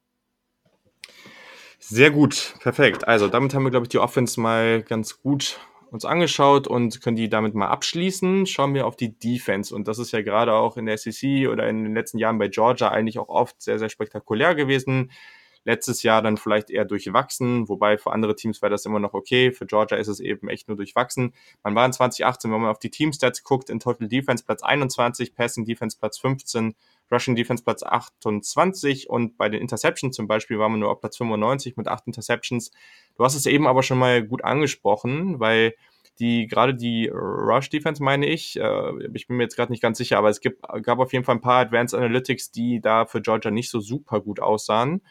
A: Sehr gut, perfekt. Also damit haben wir, glaube ich, die Offense mal ganz gut uns angeschaut und können die damit mal abschließen. Schauen wir auf die Defense und das ist ja gerade auch in der S E C oder in den letzten Jahren bei Georgia eigentlich auch oft sehr, sehr spektakulär gewesen. Letztes Jahr dann vielleicht eher durchwachsen, wobei für andere Teams war das immer noch okay. Für Georgia ist es eben echt nur durchwachsen. Man war in zwanzig achtzehn, wenn man auf die Teamstats guckt, in Total Defense Platz einundzwanzig, Passing Defense Platz fünfzehn, Rushing Defense Platz achtundzwanzig und bei den Interceptions zum Beispiel waren wir nur auf Platz fünfundneunzig mit acht Interceptions. Du hast es eben aber schon mal gut angesprochen, weil die gerade die Rush Defense, meine ich, äh, ich bin mir jetzt gerade nicht ganz sicher, aber es gibt, gab auf jeden Fall ein paar Advanced Analytics, die da für Georgia nicht so super gut aussahen.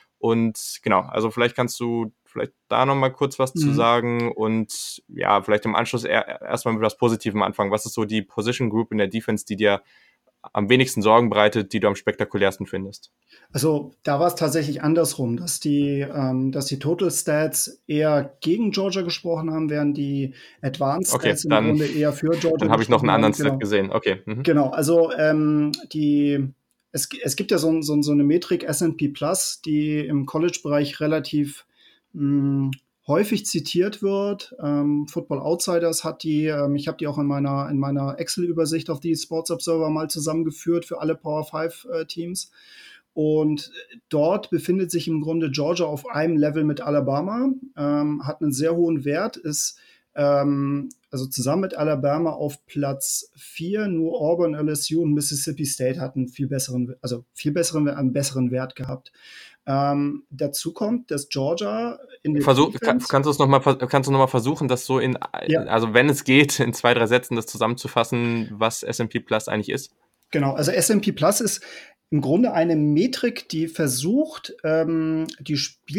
A: Und genau, also vielleicht kannst du vielleicht da nochmal kurz was mhm. zu sagen und ja, vielleicht im Anschluss eher, erstmal mit was Positivem anfangen. Was ist so die Position Group in der Defense, die dir am wenigsten Sorgen bereitet, die du am spektakulärsten findest?
B: Also da war es tatsächlich andersrum, dass die, ähm, dass die Total Stats eher gegen Georgia gesprochen haben, während die Advanced
A: okay,
B: Stats im
A: dann,
B: Grunde eher für Georgia
A: dann habe ich noch einen anderen
B: Stat
A: genau. gesehen. Okay. Mhm.
B: Genau, also ähm, die es, es gibt ja so, so, so eine Metrik S and P Plus, die im College-Bereich relativ mh, häufig zitiert wird. Ähm, Football Outsiders hat die, ähm, ich habe die auch in meiner, in meiner Excel-Übersicht auf die Sports Observer mal zusammengeführt für alle Power five äh, Teams. Und dort befindet sich im Grunde Georgia auf einem Level mit Alabama, ähm, hat einen sehr hohen Wert, ist ähm, also zusammen mit Alabama auf Platz vier, nur Auburn, L S U und Mississippi State hatten viel besseren, also viel besseren, einen besseren Wert gehabt. Ähm, dazu kommt, dass Georgia in der
A: Versuch, Defense, kannst du es noch mal, kannst du noch mal versuchen, das so in, ja. also wenn es geht, in zwei, drei Sätzen das zusammenzufassen, was S and P Plus eigentlich ist?
B: Genau, also S and P Plus ist im Grunde eine Metrik, die versucht, ähm, die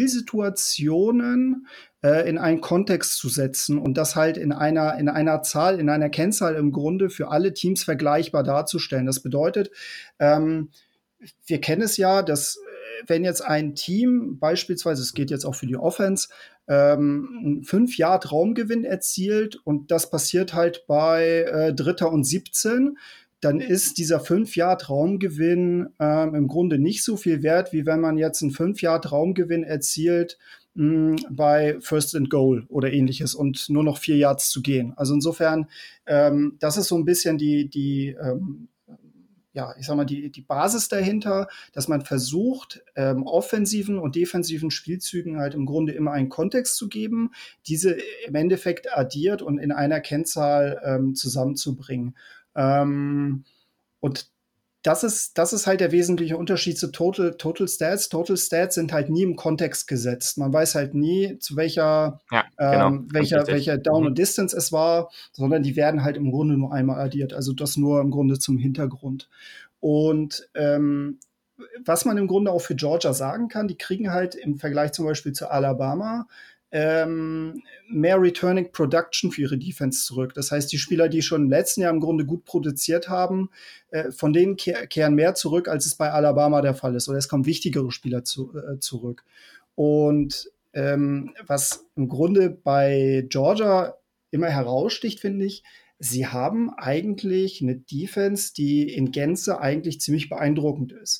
B: Spielsituationen äh, in einen Kontext zu setzen und das halt in einer, in einer Zahl, in einer Kennzahl im Grunde für alle Teams vergleichbar darzustellen. Das bedeutet, ähm, wir kennen es ja, dass wenn jetzt ein Team beispielsweise, es geht jetzt auch für die Offense, ähm, fünf Yard Raumgewinn erzielt und das passiert halt bei äh, Dritter und siebzehn, dann ist dieser fünf Yard Raumgewinn ähm, im Grunde nicht so viel wert, wie wenn man jetzt einen fünf Yard Raumgewinn erzielt mh, bei First and Goal oder ähnliches und nur noch vier Yards zu gehen. Also insofern, ähm, das ist so ein bisschen die, die ähm, ja, ich sag mal, die, die Basis dahinter, dass man versucht, ähm, offensiven und defensiven Spielzügen halt im Grunde immer einen Kontext zu geben, diese im Endeffekt addiert und in einer Kennzahl ähm, zusammenzubringen. Ähm, und das ist, das ist halt der wesentliche Unterschied zu Total, Total Stats. Total Stats sind halt nie im Kontext gesetzt. Man weiß halt nie, zu welcher,
A: ja, genau,
B: ähm, welcher, welcher Down mhm. und Distance es war, sondern die werden halt im Grunde nur einmal addiert. Also das nur im Grunde zum Hintergrund. Und ähm, was man im Grunde auch für Georgia sagen kann, die kriegen halt im Vergleich zum Beispiel zu Alabama ähm, mehr Returning Production für ihre Defense zurück. Das heißt, die Spieler, die schon im letzten Jahr im Grunde gut produziert haben, äh, von denen kehr, kehren mehr zurück, als es bei Alabama der Fall ist. Oder es kommen wichtigere Spieler zu, äh, zurück. Und ähm, was im Grunde bei Georgia immer heraussticht, finde ich, sie haben eigentlich eine Defense, die in Gänze eigentlich ziemlich beeindruckend ist.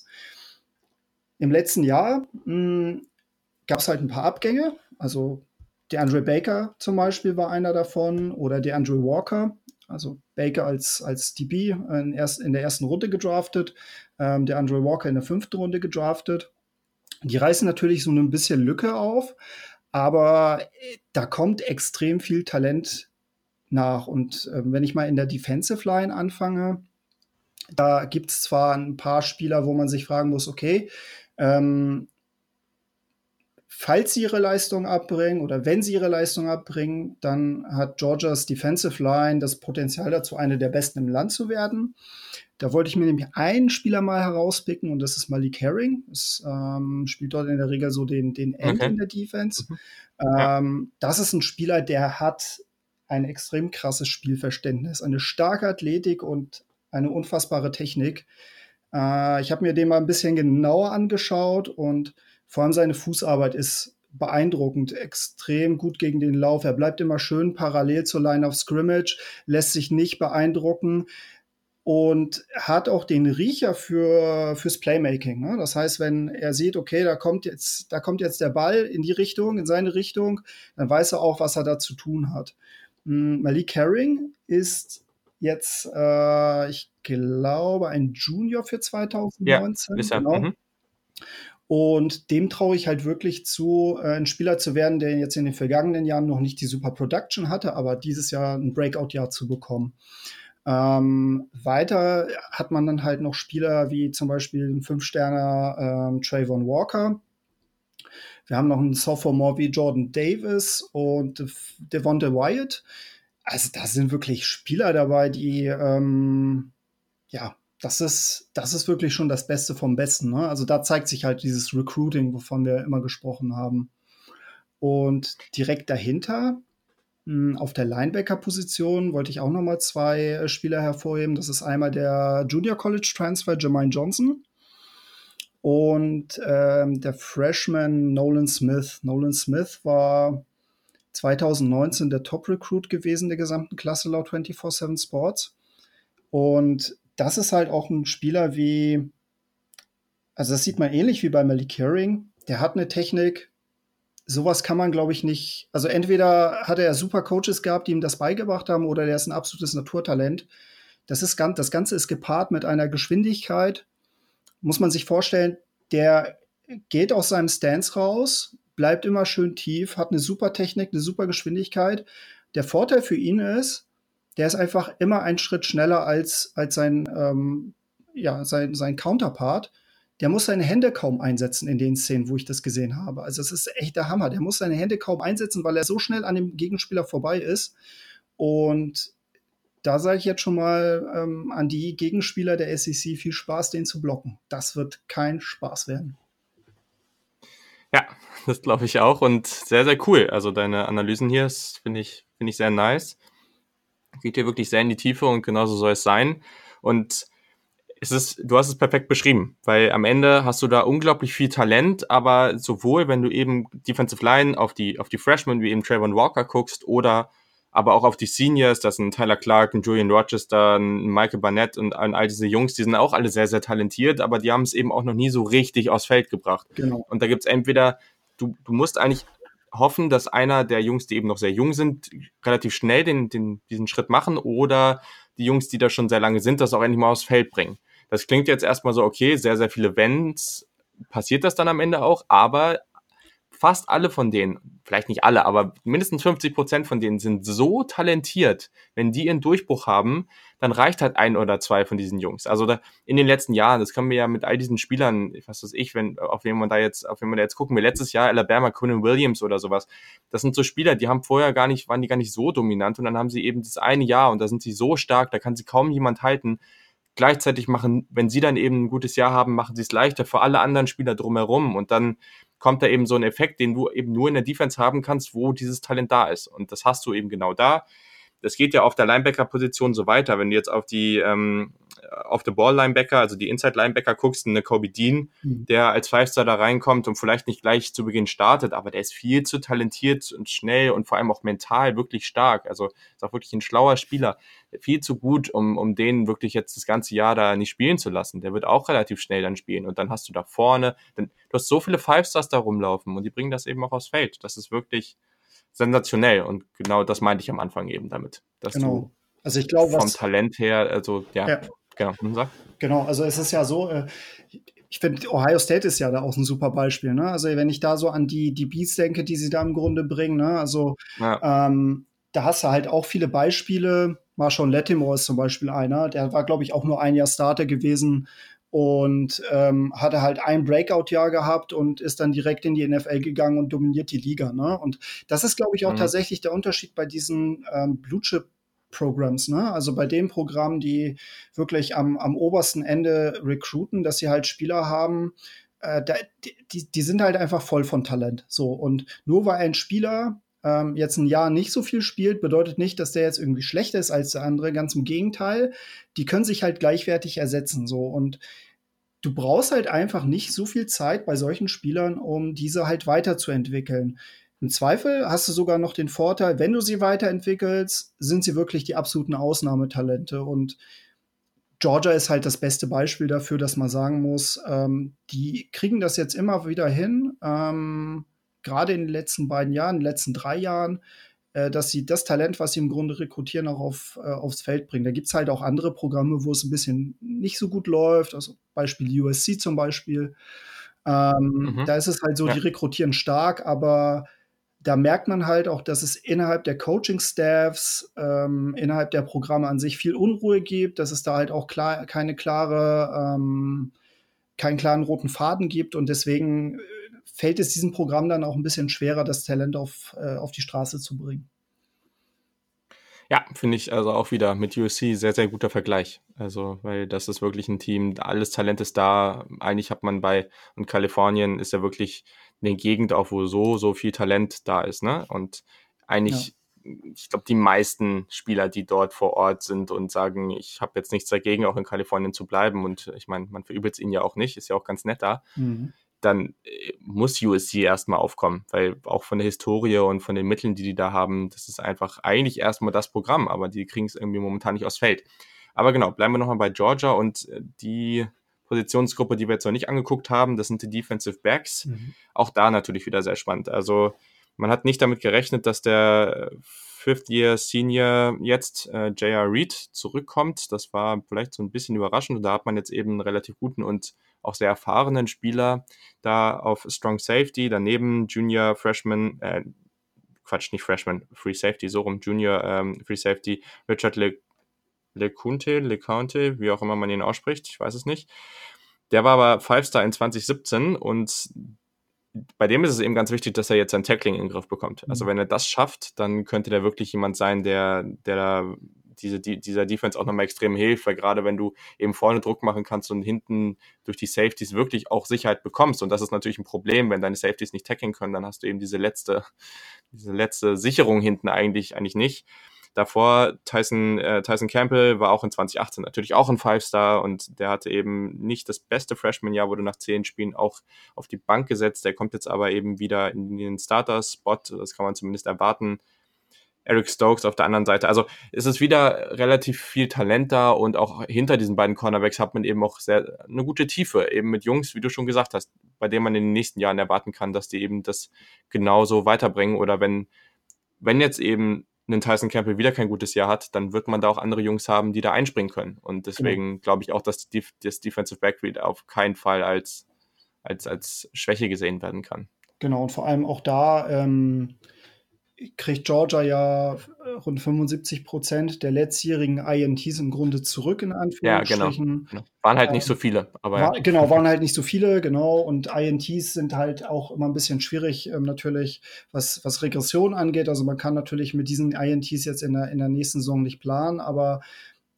B: Im letzten Jahr gab es halt ein paar Abgänge. Also der Andre Baker zum Beispiel war einer davon oder der Andre Walker. Also Baker als, als D B in, erst, in der ersten Runde gedraftet, ähm, der Andre Walker in der fünften Runde gedraftet. Die reißen natürlich so ein bisschen Lücke auf, aber da kommt extrem viel Talent nach. Und äh, wenn ich mal in der Defensive Line anfange, da gibt es zwar ein paar Spieler, wo man sich fragen muss, okay, ähm, falls sie ihre Leistung abbringen oder wenn sie ihre Leistung abbringen, dann hat Georgias Defensive Line das Potenzial dazu, eine der besten im Land zu werden. Da wollte ich mir nämlich einen Spieler mal herauspicken und das ist Malik Herring. Das ähm, spielt dort in der Regel so den, den End
A: Okay.
B: in der Defense.
A: Mhm. Ja.
B: Ähm, das ist ein Spieler, der hat ein extrem krasses Spielverständnis, eine starke Athletik und eine unfassbare Technik. Äh, ich habe mir den mal ein bisschen genauer angeschaut und vor allem seine Fußarbeit ist beeindruckend, extrem gut gegen den Lauf. Er bleibt immer schön parallel zur Line of Scrimmage, lässt sich nicht beeindrucken und hat auch den Riecher für, fürs Playmaking. Ne? Das heißt, wenn er sieht, okay, da kommt jetzt, da kommt jetzt der Ball in die Richtung, in seine Richtung, dann weiß er auch, was er da zu tun hat. Hm, Malik Herring ist jetzt, äh, ich glaube, ein Junior für
A: Ja,
B: zwanzig neunzehn.
A: ist er.
B: Genau.
A: Mhm.
B: Und dem traue ich halt wirklich zu, äh, ein Spieler zu werden, der jetzt in den vergangenen Jahren noch nicht die super Production hatte, aber dieses Jahr ein Breakout-Jahr zu bekommen. Ähm, weiter hat man dann halt noch Spieler wie zum Beispiel ein Fünf-Sterner ähm, Trayvon Walker. Wir haben noch einen Sophomore wie Jordan Davis und Devonta Wyatt. Also da sind wirklich Spieler dabei, die ähm, ja, das ist, das ist wirklich schon das Beste vom Besten. Ne? Also da zeigt sich halt dieses Recruiting, wovon wir immer gesprochen haben. Und direkt dahinter, mh, auf der Linebacker-Position, wollte ich auch noch mal zwei äh, Spieler hervorheben. Das ist einmal der Junior College Transfer Jermaine Johnson und ähm, der Freshman Nolan Smith. Nolan Smith war zwanzig neunzehn der Top-Recruit gewesen der gesamten Klasse laut vierundzwanzig sieben Sports. Und das ist halt auch ein Spieler wie, also das sieht man ähnlich wie bei Malik Herring. Der hat eine Technik, sowas kann man, glaube ich, nicht. Also entweder hat er super Coaches gehabt, die ihm das beigebracht haben, oder der ist ein absolutes Naturtalent. Das ist ganz, das Ganze ist gepaart mit einer Geschwindigkeit. Muss man sich vorstellen, der geht aus seinem Stance raus, bleibt immer schön tief, hat eine super Technik, eine super Geschwindigkeit. Der Vorteil für ihn ist, der ist einfach immer einen Schritt schneller als, als sein, ähm, ja, sein, sein Counterpart. Der muss seine Hände kaum einsetzen in den Szenen, wo ich das gesehen habe. Also es ist echt der Hammer. Der muss seine Hände kaum einsetzen, weil er so schnell an dem Gegenspieler vorbei ist. Und da sage ich jetzt schon mal ähm, an die Gegenspieler der S E C viel Spaß, den zu blocken. Das wird kein Spaß werden.
A: Ja, das glaube ich auch und sehr, sehr cool. Also deine Analysen hier finde ich, finde ich sehr nice. Geht hier wirklich sehr in die Tiefe und genauso soll es sein. Und es ist, du hast es perfekt beschrieben, weil am Ende hast du da unglaublich viel Talent, aber sowohl, wenn du eben Defensive Line auf die, auf die Freshmen wie eben Trayvon Walker guckst oder aber auch auf die Seniors, das sind Tyler Clark, ein Julian Rochester, ein Michael Barnett und all diese Jungs, die sind auch alle sehr, sehr talentiert, aber die haben es eben auch noch nie so richtig aufs Feld gebracht.
B: Genau.
A: Und da gibt's entweder, du, du musst eigentlich hoffen, dass einer der Jungs, die eben noch sehr jung sind, relativ schnell den, den, diesen Schritt machen oder die Jungs, die da schon sehr lange sind, das auch endlich mal aufs Feld bringen. Das klingt jetzt erstmal so, okay, sehr, sehr viele Wenns, passiert das dann am Ende auch, aber fast alle von denen, vielleicht nicht alle, aber mindestens fünfzig Prozent von denen sind so talentiert, wenn die ihren Durchbruch haben, dann reicht halt ein oder zwei von diesen Jungs. Also da, in den letzten Jahren, das können wir ja mit all diesen Spielern, was weiß ich, wenn, auf wen man da jetzt, auf wen man da jetzt gucken wir, letztes Jahr Alabama, Quinnen Williams oder sowas, das sind so Spieler, die haben vorher gar nicht, waren die gar nicht so dominant und dann haben sie eben das eine Jahr und da sind sie so stark, da kann sie kaum jemand halten. Gleichzeitig machen, wenn sie dann eben ein gutes Jahr haben, machen sie es leichter für alle anderen Spieler drumherum und dann kommt da eben so ein Effekt, den du eben nur in der Defense haben kannst, wo dieses Talent da ist. Und das hast du eben genau da. Das geht ja auf der Linebacker-Position so weiter. Wenn du jetzt auf die ähm, auf the Ball-Linebacker, also die Inside-Linebacker guckst, eine Kobe Dean,
B: Mhm.
A: der als Five-Star da reinkommt und vielleicht nicht gleich zu Beginn startet, aber der ist viel zu talentiert und schnell und vor allem auch mental wirklich stark. Also ist auch wirklich ein schlauer Spieler. Viel zu gut, um, um den wirklich jetzt das ganze Jahr da nicht spielen zu lassen. Der wird auch relativ schnell dann spielen. Und dann hast du da vorne, denn du hast so viele Five-Stars da rumlaufen und die bringen das eben auch aufs Feld. Das ist wirklich sensationell. Und genau das meinte ich am Anfang eben damit, dass du
B: Genau. Also ich glaube,
A: vom
B: was,
A: Talent her, also ja,
B: ja,
A: genau, hm, sag.
B: genau, also es ist ja so, äh, ich finde, Ohio State ist ja da auch ein super Beispiel, ne? Also wenn ich da so an die, die Beats denke, die sie da im Grunde bringen, ne? Also
A: Ja,
B: ähm, da hast du halt auch viele Beispiele. Marshawn Lattimore ist zum Beispiel einer, der war, glaube ich, auch nur ein Jahr Starter gewesen und ähm, hatte halt ein Breakout-Jahr gehabt und ist dann direkt in die N F L gegangen und dominiert die Liga, ne? Und das ist, glaube ich, auch
A: mhm,
B: tatsächlich der Unterschied bei diesen ähm, Blue Chip Programs, ne? Also bei den Programmen, die wirklich am, am obersten Ende recruiten, dass sie halt Spieler haben, äh, da, die, die sind halt einfach voll von Talent. So, und nur weil ein Spieler ähm, jetzt ein Jahr nicht so viel spielt, bedeutet nicht, dass der jetzt irgendwie schlechter ist als der andere. Ganz im Gegenteil, die können sich halt gleichwertig ersetzen. So, und du brauchst halt einfach nicht so viel Zeit bei solchen Spielern, um diese halt weiterzuentwickeln. Im Zweifel hast du sogar noch den Vorteil, wenn du sie weiterentwickelst, sind sie wirklich die absoluten Ausnahmetalente. Und Georgia ist halt das beste Beispiel dafür, dass man sagen muss, ähm, die kriegen das jetzt immer wieder hin, ähm, gerade in den letzten beiden Jahren, in den letzten drei Jahren, äh, dass sie das Talent, was sie im Grunde rekrutieren, auch auf, äh, aufs Feld bringen. Da gibt es halt auch andere Programme, wo es ein bisschen nicht so gut läuft, also Beispiel U S C zum Beispiel. Ähm,
A: mhm,
B: da ist es halt so, die
A: ja,
B: rekrutieren stark, aber da merkt man halt auch, dass es innerhalb der Coaching-Staffs, ähm, innerhalb der Programme an sich viel Unruhe gibt, dass es da halt auch klar, keine klare, ähm, keinen klaren roten Faden gibt und deswegen äh, fällt es diesem Programm dann auch ein bisschen schwerer, das Talent auf, äh, auf die Straße zu bringen.
A: ja, finde ich also auch wieder mit U S C sehr, sehr guter Vergleich. Also, weil das ist wirklich ein Team, alles Talent ist da. Eigentlich hat man bei, und Kalifornien ist ja wirklich eine Gegend auch, wo so, so viel Talent da ist, ne? Und
B: Ja.
A: eigentlich, ich glaube, die meisten Spieler, die dort vor Ort sind und sagen, ich habe jetzt nichts dagegen, auch in Kalifornien zu bleiben und ich meine, man verübelt es ihnen ja auch nicht, ist ja auch ganz nett da,
B: Mhm.
A: dann äh, muss U S C erstmal aufkommen, weil auch von der Historie und von den Mitteln, die die da haben, das ist einfach eigentlich erstmal das Programm, aber die kriegen es irgendwie momentan nicht aufs Feld. Aber genau, bleiben wir nochmal bei Georgia und äh, die Positionsgruppe, die wir jetzt noch nicht angeguckt haben, das sind die Defensive Backs.
B: Mhm.
A: Auch da natürlich wieder sehr spannend. Also man hat nicht damit gerechnet, dass der Fifth-Year-Senior jetzt äh, J R. Reed zurückkommt. Das war vielleicht so ein bisschen überraschend und da hat man jetzt eben einen relativ guten und auch sehr erfahrenen Spieler da auf Strong Safety, daneben Junior Freshman, äh, Quatsch, nicht Freshman, Free Safety, so rum, Junior ähm, Free Safety, Richard Le LeCounte, LeCounte, wie auch immer man ihn ausspricht, ich weiß es nicht. Der war aber Five-Star in zwanzig siebzehn und bei dem ist es eben ganz wichtig, dass er jetzt sein Tackling in den Griff bekommt. Also
B: Mhm.
A: wenn er das schafft, dann könnte der wirklich jemand sein, der, der da diese, die, dieser Defense auch nochmal extrem hilft, weil gerade wenn du eben vorne Druck machen kannst und hinten durch die Safeties wirklich auch Sicherheit bekommst, und das ist natürlich ein Problem, wenn deine Safeties nicht tackeln können, dann hast du eben diese letzte, diese letzte Sicherung hinten eigentlich, eigentlich nicht. Davor Tyson, äh, Tyson Campbell war auch in zwanzig achtzehn natürlich auch ein Five-Star und der hatte eben nicht das beste Freshman-Jahr, wurde nach zehn Spielen auch auf die Bank gesetzt. Der kommt jetzt aber eben wieder in den Starter-Spot, das kann man zumindest erwarten. Eric Stokes auf der anderen Seite. Also es ist wieder relativ viel Talent da und auch hinter diesen beiden Cornerbacks hat man eben auch sehr eine gute Tiefe, eben mit Jungs, wie du schon gesagt hast, bei denen man in den nächsten Jahren erwarten kann, dass die eben das genauso weiterbringen oder wenn wenn jetzt eben ein Tyson Campbell wieder kein gutes Jahr hat, dann wird man da auch andere Jungs haben, die da einspringen können. Und
B: Genau.
A: deswegen glaube ich auch, dass die, das Defensive Backfield auf keinen Fall als, als, als Schwäche gesehen werden kann.
B: Genau, und vor allem auch da ähm, kriegt Georgia ja äh, rund fünfundsiebzig Prozent der letztjährigen I N Ts im Grunde zurück, in
A: Ja, genau.
B: Anführungsstrichen.
A: genau. Waren halt nicht so
B: Ähm,
A: viele, aber ja.
B: war, genau, waren halt nicht so viele, genau. Und I N Ts sind halt auch immer ein bisschen schwierig, ähm, natürlich, was, was Regression angeht. Also man kann natürlich mit diesen I N Ts jetzt in der, in der nächsten Saison nicht planen, aber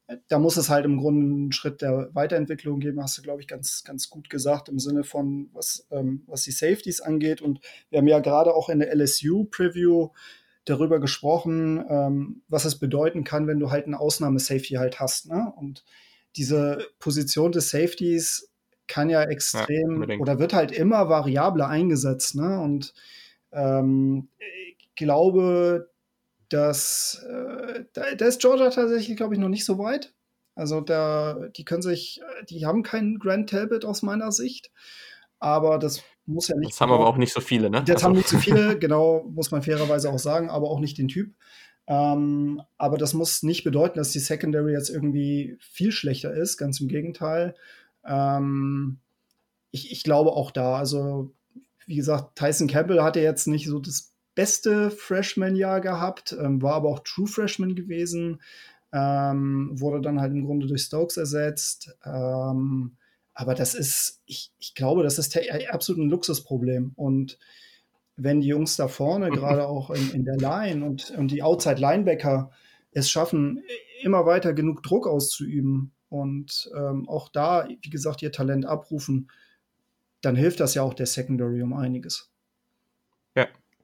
B: da muss es halt im Grunde einen Schritt der Weiterentwicklung geben, hast du, glaube ich, ganz, ganz gut gesagt, im Sinne von, was, ähm, was die Safeties angeht. Und wir haben ja gerade auch in der L S U-Preview darüber gesprochen, ähm, was es bedeuten kann, wenn du halt einen Ausnahme-Safety halt hast. Ne? Und diese Position des Safeties kann ja
A: Ja,
B: extrem
A: unbedingt.
B: oder wird halt immer variabler eingesetzt. Ne? Und ähm, ich glaube, dass äh, da, da ist Georgia tatsächlich, glaube ich, noch nicht so weit. Also da, die können sich, die haben keinen Grant Talbot aus meiner Sicht, aber das muss ja nicht
A: Das haben aber auch
B: bedeuten.
A: nicht so viele, ne?
B: Jetzt
A: Also,
B: haben nicht so viele, genau, muss man fairerweise auch sagen, aber auch nicht den Typ. Ähm, aber das muss nicht bedeuten, dass die Secondary jetzt irgendwie viel schlechter ist, ganz im Gegenteil. Ähm, ich, ich glaube auch da, also wie gesagt, Tyson Campbell hatte jetzt nicht so das beste Freshman-Jahr gehabt, ähm, war aber auch True Freshman gewesen, ähm, wurde dann halt im Grunde durch Stokes ersetzt. Ähm, aber das ist, ich, ich glaube, das ist absolut ein Luxusproblem. Und wenn die Jungs da vorne, gerade auch in, in der Line und, und die Outside-Linebacker es schaffen, immer weiter genug Druck auszuüben und ähm, auch da, wie gesagt, ihr Talent abrufen, dann hilft das ja auch der Secondary um einiges.
A: ja,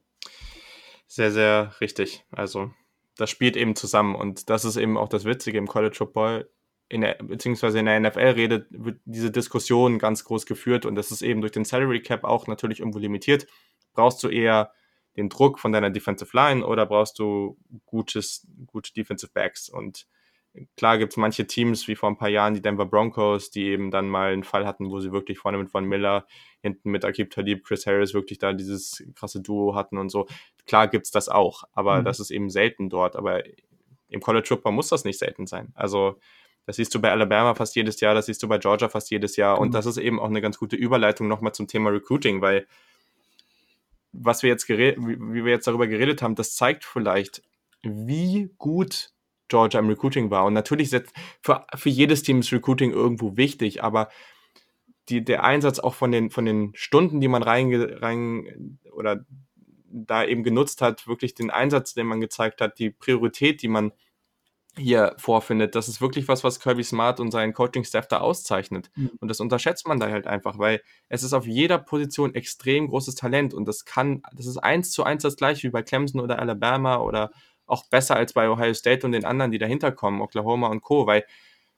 A: sehr, sehr richtig. Also, das spielt eben zusammen und das ist eben auch das Witzige im College Football. In der, beziehungsweise in der N F L redet, wird diese Diskussion ganz groß geführt und das ist eben durch den Salary Cap auch natürlich irgendwo limitiert. Brauchst du eher den Druck von deiner Defensive Line oder brauchst du gutes, gute Defensive Backs? Und klar gibt es manche Teams, wie vor ein paar Jahren die Denver Broncos, die eben dann mal einen Fall hatten, wo sie wirklich vorne mit Von Miller, hinten mit Aqib Talib, Chris Harris wirklich da dieses krasse Duo hatten und so. Klar gibt's das auch, aber
B: Mhm.
A: das ist eben selten dort. Aber im College Football muss das nicht selten sein. Also das siehst du bei Alabama fast jedes Jahr, das siehst du bei Georgia fast jedes Jahr. Und
B: Genau.
A: das ist eben auch eine ganz gute Überleitung nochmal zum Thema Recruiting, weil was wir jetzt geredet, wie, wie wir jetzt darüber geredet haben, das zeigt vielleicht, wie gut Georgia im Recruiting war. Und natürlich ist für, für jedes Team ist Recruiting irgendwo wichtig, aber die, der Einsatz auch von den, von den Stunden, die man rein, rein oder da eben genutzt hat, wirklich den Einsatz, den man gezeigt hat, die Priorität, die man hier vorfindet, das ist wirklich was, was Kirby Smart und seinen Coaching-Staff da auszeichnet.
B: Mhm.
A: Und das unterschätzt man da halt einfach, weil es ist auf jeder Position extrem großes Talent und das kann, das ist eins zu eins das gleiche wie bei Clemson oder Alabama oder auch besser als bei Ohio State und den anderen, die dahinter kommen, Oklahoma und Co., weil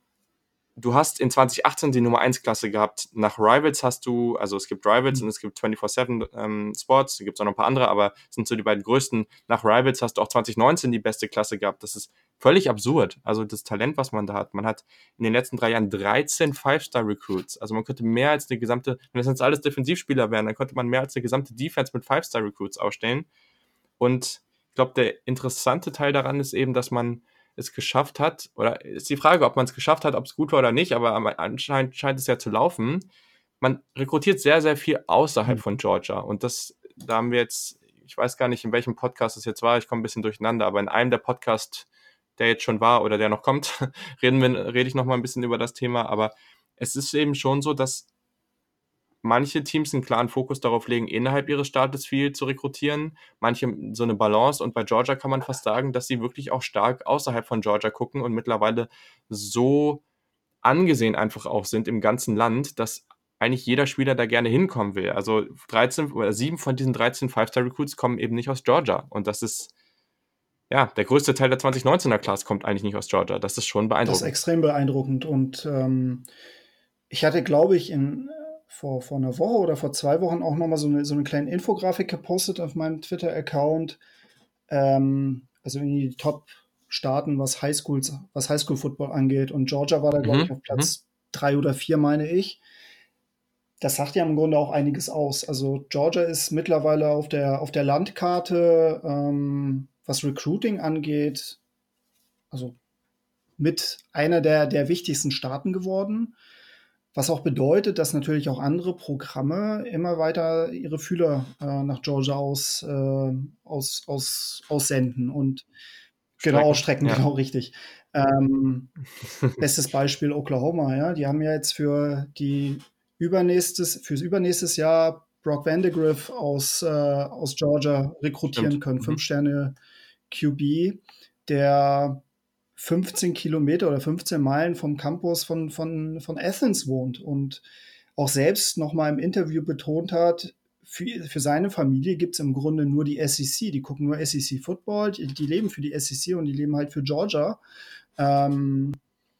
A: du hast in zwanzig achtzehn die Nummer eins Klasse gehabt. Nach Rivals hast du, also es gibt Rivals und es gibt vierundzwanzig sieben ähm, Sports, da gibt es auch noch ein paar andere, aber es sind so die beiden größten. Nach Rivals hast du auch zwanzig neunzehn die beste Klasse gehabt. Das ist völlig absurd. Also das Talent, was man da hat. Man hat in den letzten drei Jahren dreizehn Five-Star-Recruits. Also man könnte mehr als eine gesamte, wenn das jetzt alles Defensivspieler wären, dann könnte man mehr als eine gesamte Defense mit Five-Star-Recruits aufstellen. Und ich glaube, der interessante Teil daran ist eben, dass man es geschafft hat, oder ist die Frage, ob man es geschafft hat, ob es gut war oder nicht, aber anscheinend scheint es ja zu laufen. Man rekrutiert sehr, sehr viel außerhalb
B: Mhm.
A: von Georgia und das, da haben wir jetzt, ich weiß gar nicht, in welchem Podcast es jetzt war, ich komme ein bisschen durcheinander, aber in einem der Podcasts, der jetzt schon war oder der noch kommt, reden wir, rede ich noch mal ein bisschen über das Thema, aber es ist eben schon so, dass manche Teams einen klaren Fokus darauf legen, innerhalb ihres Staates viel zu rekrutieren, manche so eine Balance und bei Georgia kann man fast sagen, dass sie wirklich auch stark außerhalb von Georgia gucken und mittlerweile so angesehen einfach auch sind im ganzen Land, dass eigentlich jeder Spieler da gerne hinkommen will. Also dreizehn oder sieben von diesen dreizehn Five-Star-Recruits kommen eben nicht aus Georgia und das ist, ja, der größte Teil der zwanzig neunzehner Class kommt eigentlich nicht aus Georgia. Das ist schon
B: Das ist
A: beeindruckend.
B: extrem beeindruckend. Und ähm, ich hatte, glaube ich, in, vor, vor einer Woche oder vor zwei Wochen auch noch mal so eine, so eine kleine Infografik gepostet auf meinem Twitter-Account. Ähm, also in die Top-Staaten, was Highschools, was Highschool-Football angeht. Und Georgia war da, glaube ich,
A: Mhm,
B: auf
A: mhm.
B: Platz drei oder vier, meine ich. Das sagt ja im Grunde auch einiges aus. Also Georgia ist mittlerweile auf der, auf der Landkarte, ähm, was Recruiting angeht, also mit einer der, der wichtigsten Staaten geworden. Was auch bedeutet, dass natürlich auch andere Programme immer weiter ihre Fühler äh, nach Georgia aus, äh, aus, aus, aussenden und genau
A: Strecken,
B: ausstrecken,
A: ja.
B: genau richtig. Ähm, bestes Beispiel Oklahoma, ja. Die haben ja jetzt für die übernächstes, fürs übernächstes Jahr Brock Vandegrift aus, äh, aus Georgia rekrutieren
A: Stimmt.
B: können. Fünf
A: Mhm.
B: Sterne Q B, der fünfzehn Kilometer oder fünfzehn Meilen vom Campus von, von, von Athens wohnt und auch selbst noch mal im Interview betont hat, für, für seine Familie gibt es im Grunde nur die S E C. Die gucken nur S E C Football, die, die leben für die S E C und die leben halt für Georgia. Ähm,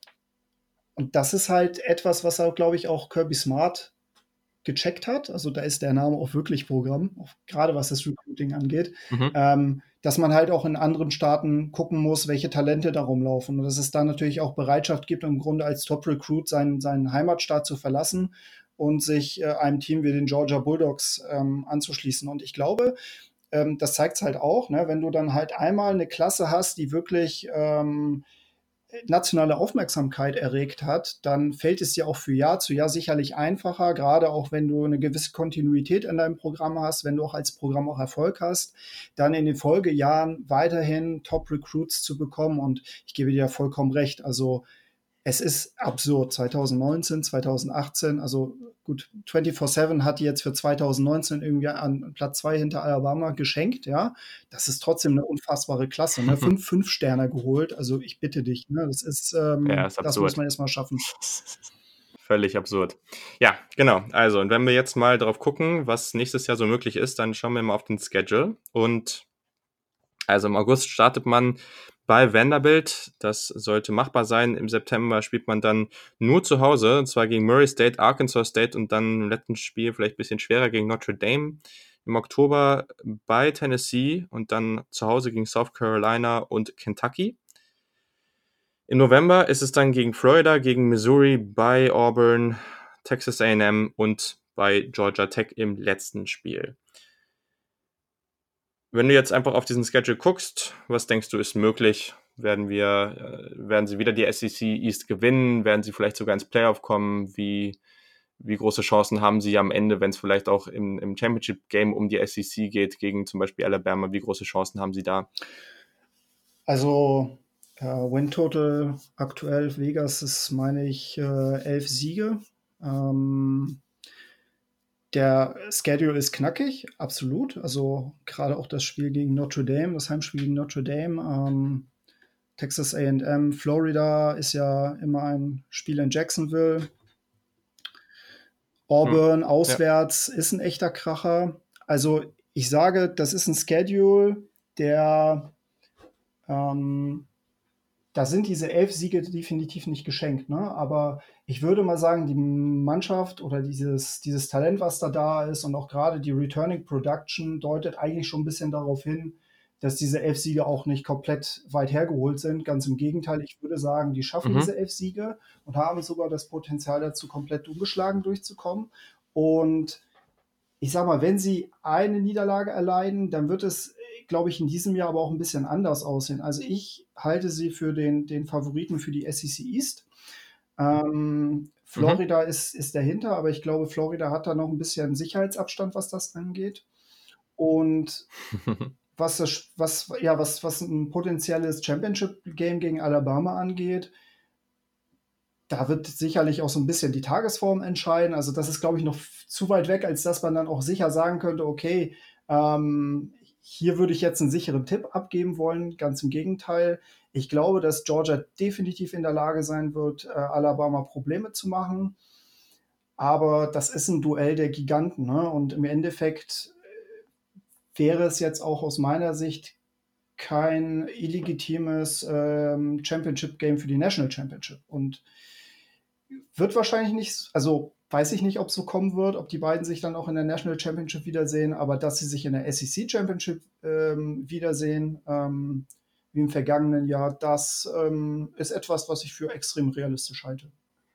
B: und das ist halt etwas, was auch, glaube ich, auch Kirby Smart gecheckt hat. Also da ist der Name auch wirklich Programm, auch gerade was das Recruiting angeht,
A: Mhm.
B: ähm, dass man halt auch in anderen Staaten gucken muss, welche Talente da rumlaufen und dass es da natürlich auch Bereitschaft gibt, im Grunde als Top-Recruit seinen, seinen Heimatstaat zu verlassen und sich äh, einem Team wie den Georgia Bulldogs ähm, anzuschließen. Und ich glaube, ähm, das zeigt es halt auch, ne, wenn du dann halt einmal eine Klasse hast, die wirklich ähm, nationale Aufmerksamkeit erregt hat, dann fällt es dir auch für Jahr zu Jahr sicherlich einfacher, gerade auch wenn du eine gewisse Kontinuität in deinem Programm hast, wenn du auch als Programm auch Erfolg hast, dann in den Folgejahren weiterhin Top-Recruits zu bekommen. Und ich gebe dir ja vollkommen recht. Also es ist absurd. zwanzig neunzehn, zwanzig achtzehn, also gut, vierundzwanzig sieben hat die jetzt für zwanzig neunzehn irgendwie an Platz zwei hinter Alabama geschenkt, ja. Das ist trotzdem eine unfassbare Klasse, ne? Fünf Fünf-Sterner geholt, also ich bitte dich, ne? Das ist,
A: Ja,
B: ähm,
A: ist
B: das muss
A: absurd.
B: man erst mal schaffen.
A: Völlig absurd. Ja, genau. Also, und wenn wir jetzt mal drauf gucken, was nächstes Jahr so möglich ist, dann schauen wir mal auf den Schedule. Und also im August startet man bei Vanderbilt. Das sollte machbar sein. Im September spielt man dann nur zu Hause, und zwar gegen Murray State, Arkansas State und dann im letzten Spiel vielleicht ein bisschen schwerer gegen Notre Dame. Im Oktober bei Tennessee und dann zu Hause gegen South Carolina und Kentucky. Im November ist es dann gegen Florida, gegen Missouri, bei Auburn, Texas A und M und bei Georgia Tech im letzten Spiel. Wenn du jetzt einfach auf diesen Schedule guckst, was denkst du ist möglich? Werden wir, äh, werden sie wieder die S E C East gewinnen? Werden sie vielleicht sogar ins Playoff kommen? Wie, wie große Chancen haben sie am Ende, wenn es vielleicht auch im, im Championship-Game um die S E C geht, gegen zum Beispiel Alabama? Wie große Chancen haben sie da?
B: Also äh, Win Total aktuell Vegas ist, meine ich, äh, elf Siege. Ähm, Der Schedule ist knackig, absolut. Also gerade auch das Spiel gegen Notre Dame, das Heimspiel gegen Notre Dame. Ähm, Texas A und M, Florida ist ja immer ein Spiel in Jacksonville.
A: Hm.
B: Auburn
A: Ja.
B: auswärts ist ein echter Kracher. Also ich sage, das ist ein Schedule, der ähm, da sind diese elf Siege definitiv nicht geschenkt, ne? Aber ich würde mal sagen, die Mannschaft oder dieses, dieses Talent, was da da ist und auch gerade die Returning Production deutet eigentlich schon ein bisschen darauf hin, dass diese elf Siege auch nicht komplett weit hergeholt sind. Ganz im Gegenteil, ich würde sagen, die schaffen
A: Mhm.
B: diese elf Siege und haben sogar das Potenzial dazu, komplett ungeschlagen durchzukommen. Und ich sag mal, wenn sie eine Niederlage erleiden, dann wird es, glaube ich, in diesem Jahr aber auch ein bisschen anders aussehen. Also ich halte sie für den, den Favoriten für die S E C East. Ähm,
A: Mhm.
B: Florida ist, ist dahinter, aber ich glaube, Florida hat da noch ein bisschen Sicherheitsabstand, was das angeht. Und was, das, was, ja, was, was ein potenzielles Championship-Game gegen Alabama angeht, da wird sicherlich auch so ein bisschen die Tagesform entscheiden. Also das ist, glaube ich, noch zu weit weg, als dass man dann auch sicher sagen könnte, okay, ähm, hier würde ich jetzt einen sicheren Tipp abgeben wollen. Ganz im Gegenteil. Ich glaube, dass Georgia definitiv in der Lage sein wird, äh, Alabama Probleme zu machen. Aber das ist ein Duell der Giganten. Ne? Und im Endeffekt wäre es jetzt auch aus meiner Sicht kein illegitimes ähm, Championship-Game für die National Championship. Und wird wahrscheinlich nicht, also weiß ich nicht, ob es so kommen wird, ob die beiden sich dann auch in der National Championship wiedersehen, aber dass sie sich in der S E C Championship ähm, wiedersehen, ähm, wie im vergangenen Jahr, das ähm, ist etwas, was ich für extrem realistisch halte.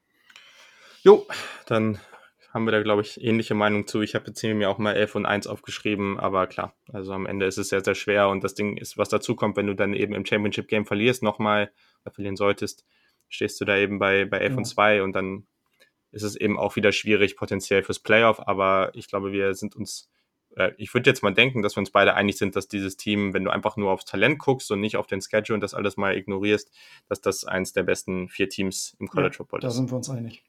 A: Jo, dann haben wir da, glaube ich, ähnliche Meinung zu. Ich habe jetzt hier mir auch mal elf und eins aufgeschrieben, aber klar, also am Ende ist es sehr, sehr schwer und das Ding ist, was dazu kommt, wenn du dann eben im Championship-Game verlierst nochmal oder verlieren solltest, stehst du da eben bei, bei elf und
B: Genau.
A: zwei und dann ist es eben auch wieder schwierig potenziell fürs Playoff, aber ich glaube, wir sind uns, äh, ich würde jetzt mal denken, dass wir uns beide einig sind, dass dieses Team, wenn du einfach nur aufs Talent guckst und nicht auf den Schedule und das alles mal ignorierst, dass das eins der besten vier Teams im
B: Ja,
A: College Football
B: da
A: ist.
B: sind wir uns einig.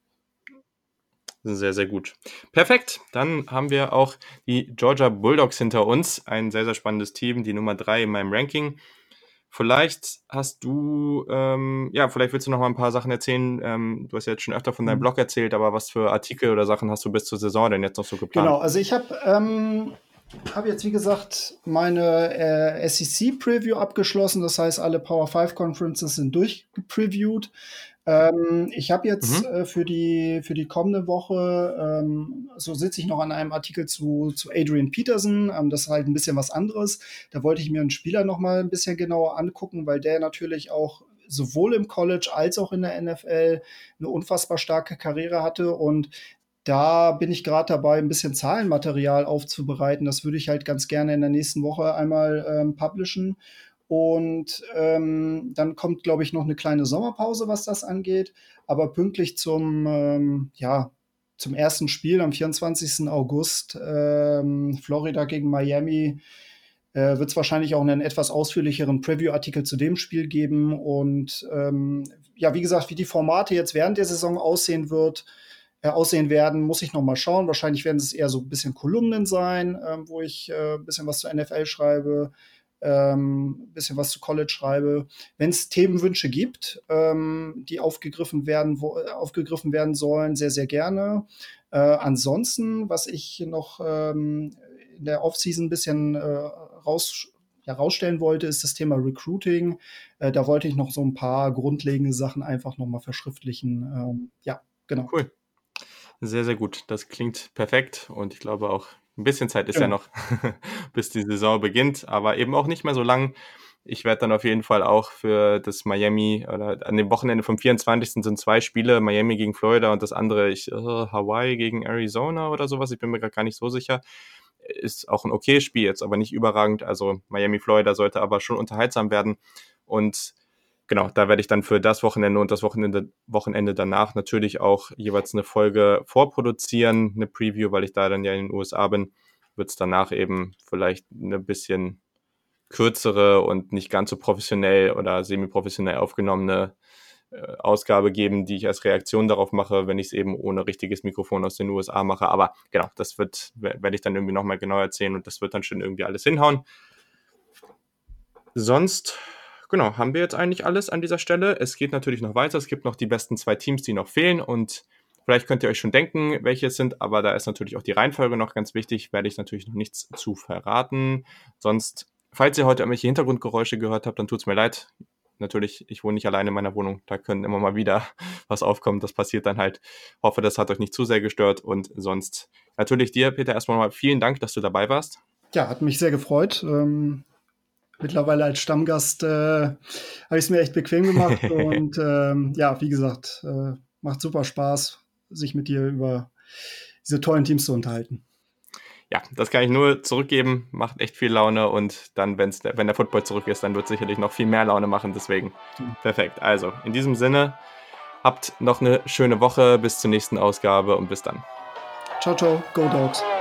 A: Sehr, sehr gut. Perfekt. Dann haben wir auch die Georgia Bulldogs hinter uns. Ein sehr, sehr spannendes Team. Die Nummer drei in meinem Ranking. Vielleicht hast du, ähm, ja, vielleicht willst du noch mal ein paar Sachen erzählen. Ähm, du hast ja jetzt schon öfter von deinem
B: Mhm.
A: Blog erzählt, aber was für Artikel oder Sachen hast du bis zur Saison denn jetzt noch so geplant?
B: Genau, also ich habe ähm, hab jetzt, wie gesagt, meine äh, S E C-Preview abgeschlossen. Das heißt, alle Power fünf Conferences sind durchgepreviewt. Ähm, ich habe jetzt
A: Mhm.
B: äh, für, die, für die kommende Woche, ähm, so sitze ich noch an einem Artikel zu, zu Adrian Peterson. Ähm, das ist halt ein bisschen was anderes. Da wollte ich mir einen Spieler noch mal ein bisschen genauer angucken, weil der natürlich auch sowohl im College als auch in der N F L eine unfassbar starke Karriere hatte. Und da bin ich gerade dabei, ein bisschen Zahlenmaterial aufzubereiten. Das würde ich halt ganz gerne in der nächsten Woche einmal ähm, publishen. Und ähm, dann kommt, glaube ich, noch eine kleine Sommerpause, was das angeht. Aber pünktlich zum, ähm, ja, zum ersten Spiel am vierundzwanzigsten August, ähm, Florida gegen Miami, äh, wird es wahrscheinlich auch einen etwas ausführlicheren Preview-Artikel zu dem Spiel geben. Und ähm, ja, wie gesagt, wie die Formate jetzt während der Saison aussehen wird, äh, aussehen werden, muss ich noch mal schauen. Wahrscheinlich werden es eher so ein bisschen Kolumnen sein, ähm, wo ich äh, ein bisschen was zur N F L schreibe, ähm, ein bisschen was zu College schreibe. Wenn es Themenwünsche gibt, ähm, die aufgegriffen werden, wo, äh, aufgegriffen werden sollen, sehr, sehr gerne. Äh, ansonsten, was ich noch ähm, in der Offseason ein bisschen äh, raus, ja, rausstellen wollte, ist das Thema Recruiting. Äh, da wollte ich noch so ein paar grundlegende Sachen einfach noch mal verschriftlichen. Ähm, ja, genau.
A: Cool. Sehr, sehr gut. Das klingt perfekt und ich glaube auch, ein bisschen Zeit ist ja
B: Genau.
A: noch, bis die Saison beginnt, aber eben auch nicht mehr so lang. Ich werde dann auf jeden Fall auch für das Miami oder an dem Wochenende vom vierundzwanzigsten sind zwei Spiele, Miami gegen Florida und das andere ich, äh, Hawaii gegen Arizona oder sowas. Ich bin mir gerade gar nicht so sicher. Ist auch ein okayes Spiel jetzt, aber nicht überragend. Also Miami, Florida sollte aber schon unterhaltsam werden. Und genau, da werde ich dann für das Wochenende und das Wochenende, Wochenende danach natürlich auch jeweils eine Folge vorproduzieren, eine Preview, weil ich da dann ja in den U S A bin, wird es danach eben vielleicht eine bisschen kürzere und nicht ganz so professionell oder semi-professionell aufgenommene äh, Ausgabe geben, die ich als Reaktion darauf mache, wenn ich es eben ohne richtiges Mikrofon aus den U S A mache. Aber genau, das wird, werde ich dann irgendwie nochmal genau erzählen und das wird dann schon irgendwie alles hinhauen. Sonst, genau, haben wir jetzt eigentlich alles an dieser Stelle. Es geht natürlich noch weiter. Es gibt noch die besten zwei Teams, die noch fehlen und vielleicht könnt ihr euch schon denken, welche es sind, aber da ist natürlich auch die Reihenfolge noch ganz wichtig, werde ich natürlich noch nichts zu verraten. Sonst, falls ihr heute irgendwelche Hintergrundgeräusche gehört habt, dann tut's mir leid. Natürlich, ich wohne nicht alleine in meiner Wohnung, da können immer mal wieder was aufkommen, das passiert dann halt. Hoffe, das hat euch nicht zu sehr gestört und sonst natürlich dir, Peter, erstmal mal vielen Dank, dass du dabei warst.
B: Ja, hat mich sehr gefreut. Ähm, mittlerweile als Stammgast äh, habe ich es mir echt bequem gemacht. Und ähm, ja, wie gesagt, äh, macht super Spaß, sich mit dir über diese tollen Teams zu unterhalten.
A: Ja, das kann ich nur zurückgeben, macht echt viel Laune und dann, wenn's, wenn der Football zurück ist, dann wird es sicherlich noch viel mehr Laune machen, deswegen perfekt. Also, in diesem Sinne, habt noch eine schöne Woche, bis zur nächsten Ausgabe und bis dann.
B: Ciao, ciao, go Dogs.